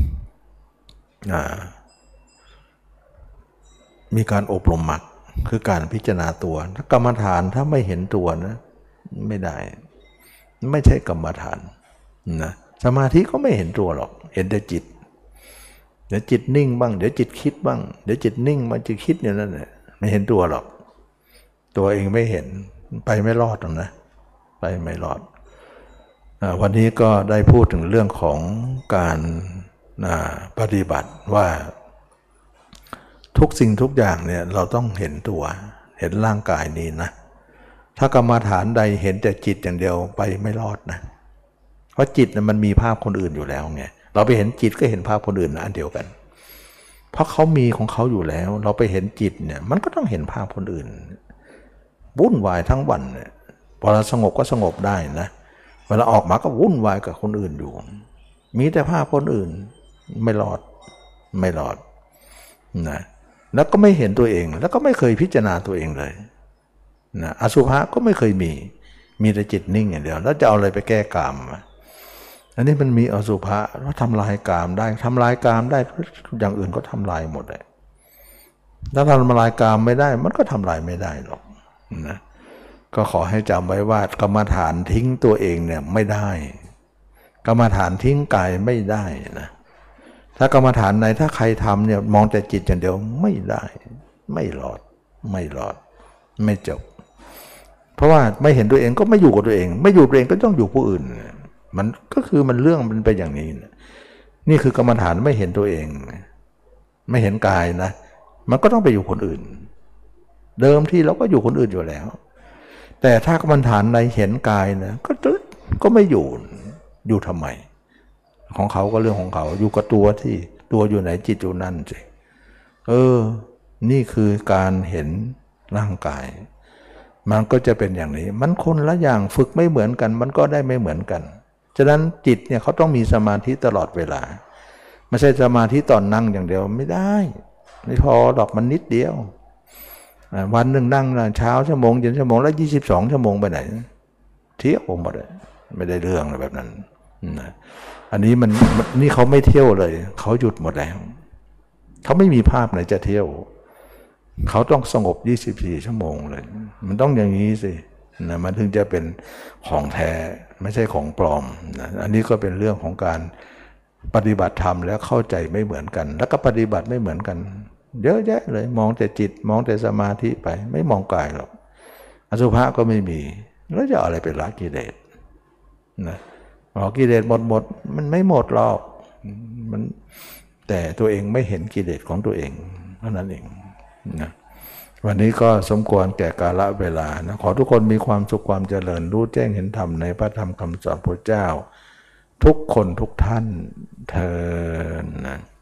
มีการอบรมมรรคคือการพิจารณาตัวถ้ากรรมฐานถ้าไม่เห็นตัวนะไม่ได้ไม่ใช่กรรมฐานนะสมาธิก็ไม่เห็นตัวหรอกเห็นแต่จิตเดี๋ยวจิตนิ่งบ้างเดี๋ยวจิตคิดบ้างเดี๋ยวจิตนิ่งมันจะคิดอย่างนั้นแหละไม่เห็นตัวหรอกตัวเองไม่เห็นไปไม่รอดหรอกนะไปไม่รอดวันนี้ก็ได้พูดถึงเรื่องของการปฏิบัติว่าทุกสิ่งทุกอย่างเนี่ยเราต้องเห็นตัวเห็นร่างกายนี้นะถ้ากรรมฐานใดเห็นแต่จิตอย่างเดียวไปไม่รอดนะเพราะจิตมันมีภาพคนอื่นอยู่แล้วไงเราไปเห็นจิตก็เห็นภาพคนอื่นนะอันเดียวกันเพราะเขามีของเขาอยู่แล้วเราไปเห็นจิตเนี่ยมันก็ต้องเห็นภาพคนอื่นวุ่นวายทั้งวันเนี่ยพอเราสงบก็สงบได้นะเวลาออกมาก็วุ่นวายกับคนอื่นอยู่มีแต่ภาพคนอื่นไม่รอดไม่รอดนะแล้วก็ไม่เห็นตัวเองแล้วก็ไม่เคยพิจารณาตัวเองเลยนะอสุภะก็ไม่เคยมีมีแต่จิตนิ่งอย่างเดียวแล้วจะเอาอะไรไปแก้กามอันนี้มันมีอสุภะว่าทำลายกามได้ทำลายกามได้อย่างอื่นก็ทำลายหมดเลยถ้าทำลายกามไม่ได้มันก็ทำลายไม่ได้หรอกนะก็ขอให้จำไว้ว่ากรรมฐานทิ้งตัวเองเนี่ยไม่ได้กรรมฐานทิ้งกายไม่ได้นะถ้ากรรมฐานไหนถ้าใครทำเนี่ยมองแต่จิตอย่างเดียวไม่ได้ไม่รอดไม่รอดไม่จบเพราะว่าไม่เห็นตัวเองก็ไม่อยู่กับตัวเองไม่อยู่ตัวเองก็ต้องอยู่ผู้อื่นมันก็คือมันเรื่องมันเป็นอย่างนี้นี่คือกรรมฐานไม่เห็นตัวเองไม่เห็นกายนะมันก็ต้องไปอยู่คนอื่นเดิมที่เราก็อยู่คนอื่นอยู่แล้วแต่ถ้ากรรมฐานในเห็นกายนะก็ก็ไม่อยู่อยู่ทำไมของเขาก็เรื่องของเขาอยู่กับตัวที่ตัวอยู่ไหนจิตอยู่นั่นสิเออนี่คือการเห็นร่างกายมันก็จะเป็นอย่างนี้มันคนละอย่างฝึกไม่เหมือนกันมันก็ได้ไม่เหมือนกันฉะนั้นจิตเนี่ยเขาต้องมีสมาธิตลอดเวลาไม่ใช่สมาธิตอนนั่งอย่างเดียวไม่ได้ไม่พอดอกมันนิดเดียววันหนึ่งนั่งเช้าชั่วโมงเย็นชั่วโมงแล้วยี่สิบสองชั่วโมงไปไหนเที่ยวหมดเลยไม่ได้เรื่องเลยแบบนั้นนะอันนี้มันนี่เขาไม่เที่ยวเลยเขาหยุดหมดแล้วเขาไม่มีภาพไหนจะเที่ยวเขาต้องสงบยี่สิบสี่ชั่วโมงเลยมันต้องอย่างนี้สินะมันถึงจะเป็นของแท้ไม่ใช่ของปลอมนะอันนี้ก็เป็นเรื่องของการปฏิบัติธรรมแล้วเข้าใจไม่เหมือนกันแล้วก็ปฏิบัติไม่เหมือนกันเยอะแยะเลยมองแต่จิตมองแต่สมาธิไปไม่มองกายหรอกอสุภะก็ไม่มีแล้วจะอะไรเป็นละกิเลสนะพอกิเลสหมดหมดมันไม่หมดหรอกมันแต่ตัวเองไม่เห็นกิเลสของตัวเองเท่านั้นเองนะวันนี้ก็สมควรแก่กาลเวลานะขอทุกคนมีความสุขความเจริญรู้แจ้งเห็นธรรมในพระธรรมคำสอนพระเจ้าทุกคนทุกท่านเทอญนะ